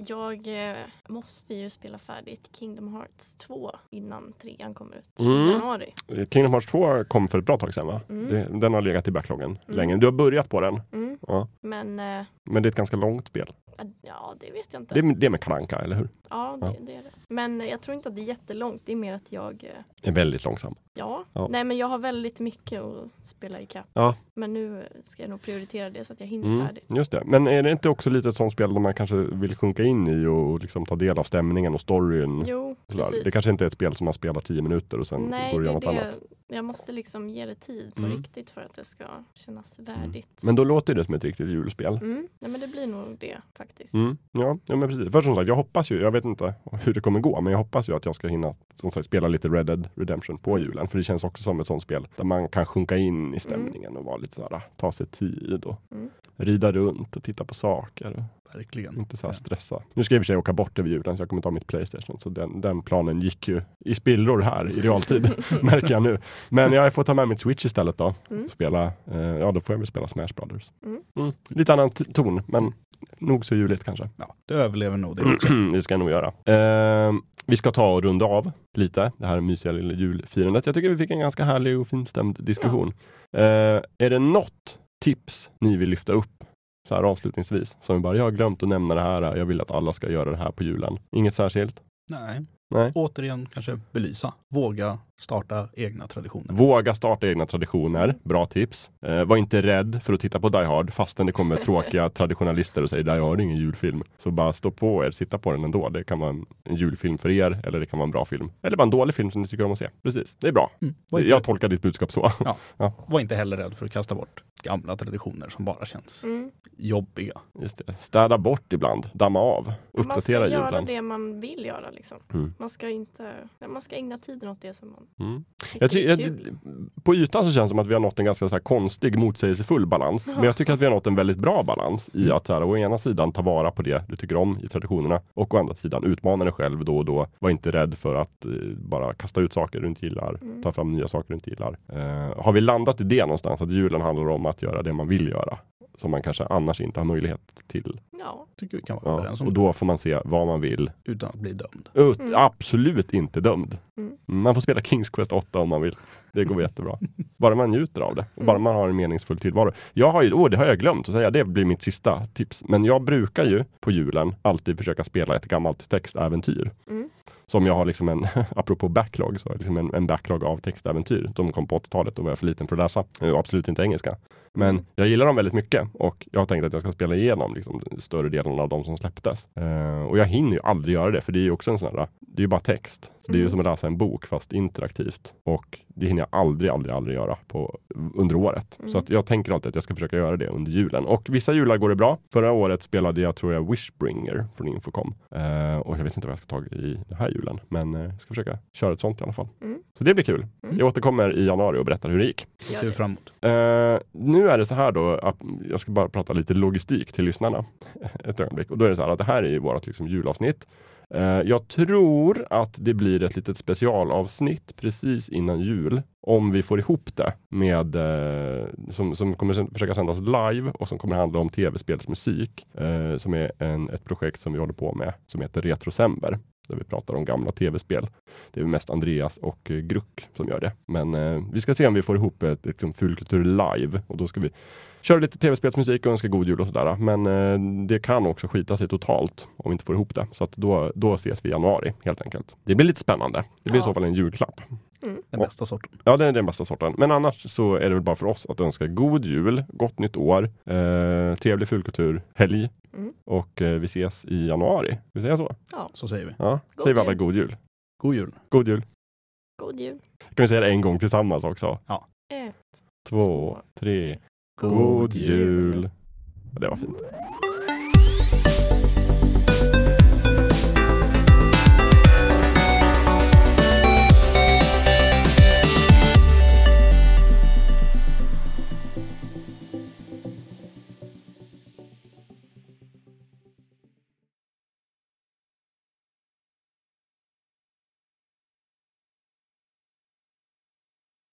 jag eh, måste ju spela färdigt Kingdom Hearts två innan trean kommer ut Mm. i januari. Kingdom Hearts två kom för ett bra tag sedan, va? Mm. Det, den har legat i backloggen Mm. länge. Du har börjat på den. Mm. Ja. Men eh, Men det är ett ganska långt spel. ja, det vet jag inte. Det är, det är med Kalle Anka, eller hur? Ja, det, Ja. det är det. Men eh, jag tror inte att det är jättelångt. Det är mer att jag... Eh, Det är väldigt långsam. ja. Ja. Nej, men jag har väldigt mycket att spela i kapp. Ja. Men nu ska jag nog prioritera det så att jag hinner Mm, färdigt. just det. Men är det inte också lite ett sånt spel där man kanske vill sjunka in i och liksom ta del av stämningen och storyn? Jo, Sådär. precis. Det kanske inte är ett spel som man spelar tio minuter och sen Nej, går det det är något det. annat. Jag måste liksom ge det tid på Mm. riktigt för att det ska kännas värdigt. Men då låter det som ett riktigt julspel. Mm. Nej, men det blir nog det faktiskt. Mm, ja, ja, men precis. För som sagt, jag hoppas ju, jag vet inte hur det kommer gå, men jag hoppas ju att jag ska hinna som sagt, spela lite Red Dead Redemption på julen. För det känns också som ett sånt spel där man kan sjunka in i stämningen och vara lite sådär, ta sig tid och Mm. rida runt och titta på saker. Och Verkligen. inte så här stressa. Nu ska jag i och för sig åka bort över julen så jag kommer ta mitt PlayStation. Så den, den planen gick ju i spillror här i realtid, märker jag nu. Men jag får ta med mitt Switch istället då. Mm. Spela, eh, ja då får jag väl spela Smash Brothers. Mm. Mm. Lite annan t- ton, men nog så juligt kanske. Ja, det överlever nog det också. Det ska jag nog göra. Eh, vi ska ta och runda av lite det här mysiga lilla julfirandet. Jag tycker vi fick en ganska härlig och finstämd diskussion. Eh, är det något tips ni vill lyfta upp så här avslutningsvis? Som vi bara, jag har glömt att nämna det här. Jag vill att alla ska göra det här på julen. Inget särskilt? Nej. Nej. Återigen kanske belysa. Våga starta egna traditioner. Våga starta egna traditioner. Bra tips. Eh, var inte rädd för att titta på Die Hard fastän det kommer tråkiga traditionalister och säger Die Hard är ingen julfilm. Så bara stå på er, sitta på den ändå. Det kan vara en, en julfilm för er eller det kan vara en bra film. Eller bara en dålig film som ni tycker om att se. Precis, det är bra. Mm. Var inte, Jag tolkar ditt budskap så. Ja. Ja. Var inte heller rädd för att kasta bort gamla traditioner som bara känns Mm. jobbiga. Just det. Städa bort ibland. Damma av. Man ska Uppdatera göra julen. det man vill göra liksom. Mm. Man ska inte, man ska ägna tiden åt det som man Mm. tycker Jag ty- är jag, kul. på ytan så känns det som att vi har nått en ganska så här konstig, motsägelsefull balans. Men jag tycker att vi har nått en väldigt bra balans i att så här, å ena sidan ta vara på det du tycker om i traditionerna och å andra sidan utmana dig själv då och då. Var inte rädd för att eh, bara kasta ut saker du inte gillar. Mm. Ta fram nya saker du inte gillar. Eh, har vi landat i det någonstans? Att julen handlar om att göra det man vill göra. Som man kanske annars inte har möjlighet till. Ja. Tycker vi kan vara Ja. överens om Och det. då får man se vad man vill. Utan att bli dömd. Ut, Mm. Absolut inte dömd. Mm. Man får spela King's Quest åtta om man vill. Det går jättebra. Bara man njuter av det. Och bara man har en meningsfull tillvaro. Jag har ju, åh, det har jag glömt att säga. Det blir mitt sista tips. Men jag brukar ju på julen alltid försöka spela ett gammalt textäventyr. Mm. Som jag har liksom en, apropå backlog, så har jag liksom en, en backlog av textäventyr. De kom på åttiotalet och var jag för liten för att läsa. Och absolut inte engelska. Men Mm. jag gillar dem väldigt mycket. Och jag har tänkt att jag ska spela igenom liksom, större delen av de som släpptes. Uh, och jag hinner ju aldrig göra det. För det är ju också en sån här, det är ju bara text. Så det är ju Mm. som att läsa en bok fast interaktivt. Och det hinner jag aldrig, aldrig, aldrig göra på, under året. Mm. Så att jag tänker alltid att jag ska försöka göra det under julen. Och vissa jular går det bra. Förra året spelade jag, tror jag, Wishbringer från Infocom. Uh, och jag vet inte vad jag ska ta i den här julen. Men uh, jag ska försöka köra ett sånt i alla fall. Mm. Så det blir kul. Mm. Jag återkommer i januari och berättar hur det gick. Det Gör ser vi det. fram emot. Uh, nu är det så här då, att jag ska bara prata lite logistik till lyssnarna ett ögonblick. Och då är det så här att det här är ju vårt liksom julavsnitt. Uh, jag tror att det blir ett litet specialavsnitt precis innan jul. Om vi får ihop det med uh, som, som kommer sen, försöka sändas live och som kommer handla om tv-spelsmusik. Uh, som är en, ett projekt som vi håller på med som heter Retrosember. Där vi pratar om gamla tv-spel. Det är mest Andreas och eh, Gruck som gör det. Men eh, vi ska se om vi får ihop ett liksom, Fulkultur live. Och då ska vi köra lite tv-spelsmusik och önska god jul och sådär. Men eh, det kan också skita sig totalt om vi inte får ihop det. Så att då, då ses vi i januari helt enkelt. Det blir lite spännande. Det blir Ja. i så fall en julklapp. Mm. Den Ja. bästa sorten. Ja, det är den bästa sorten. Men annars så är det väl bara för oss att önska god jul, gott nytt år, eh, trevlig fulkultur, helg. Mm. Och eh, vi ses i januari. Vi säger så? Ja. Så säger vi. Ja, God säger vi alla jul. god jul. God jul. God jul. God jul. Kan vi säga det en gång tillsammans också? Ett, Två, tre. God jul. Det var fint.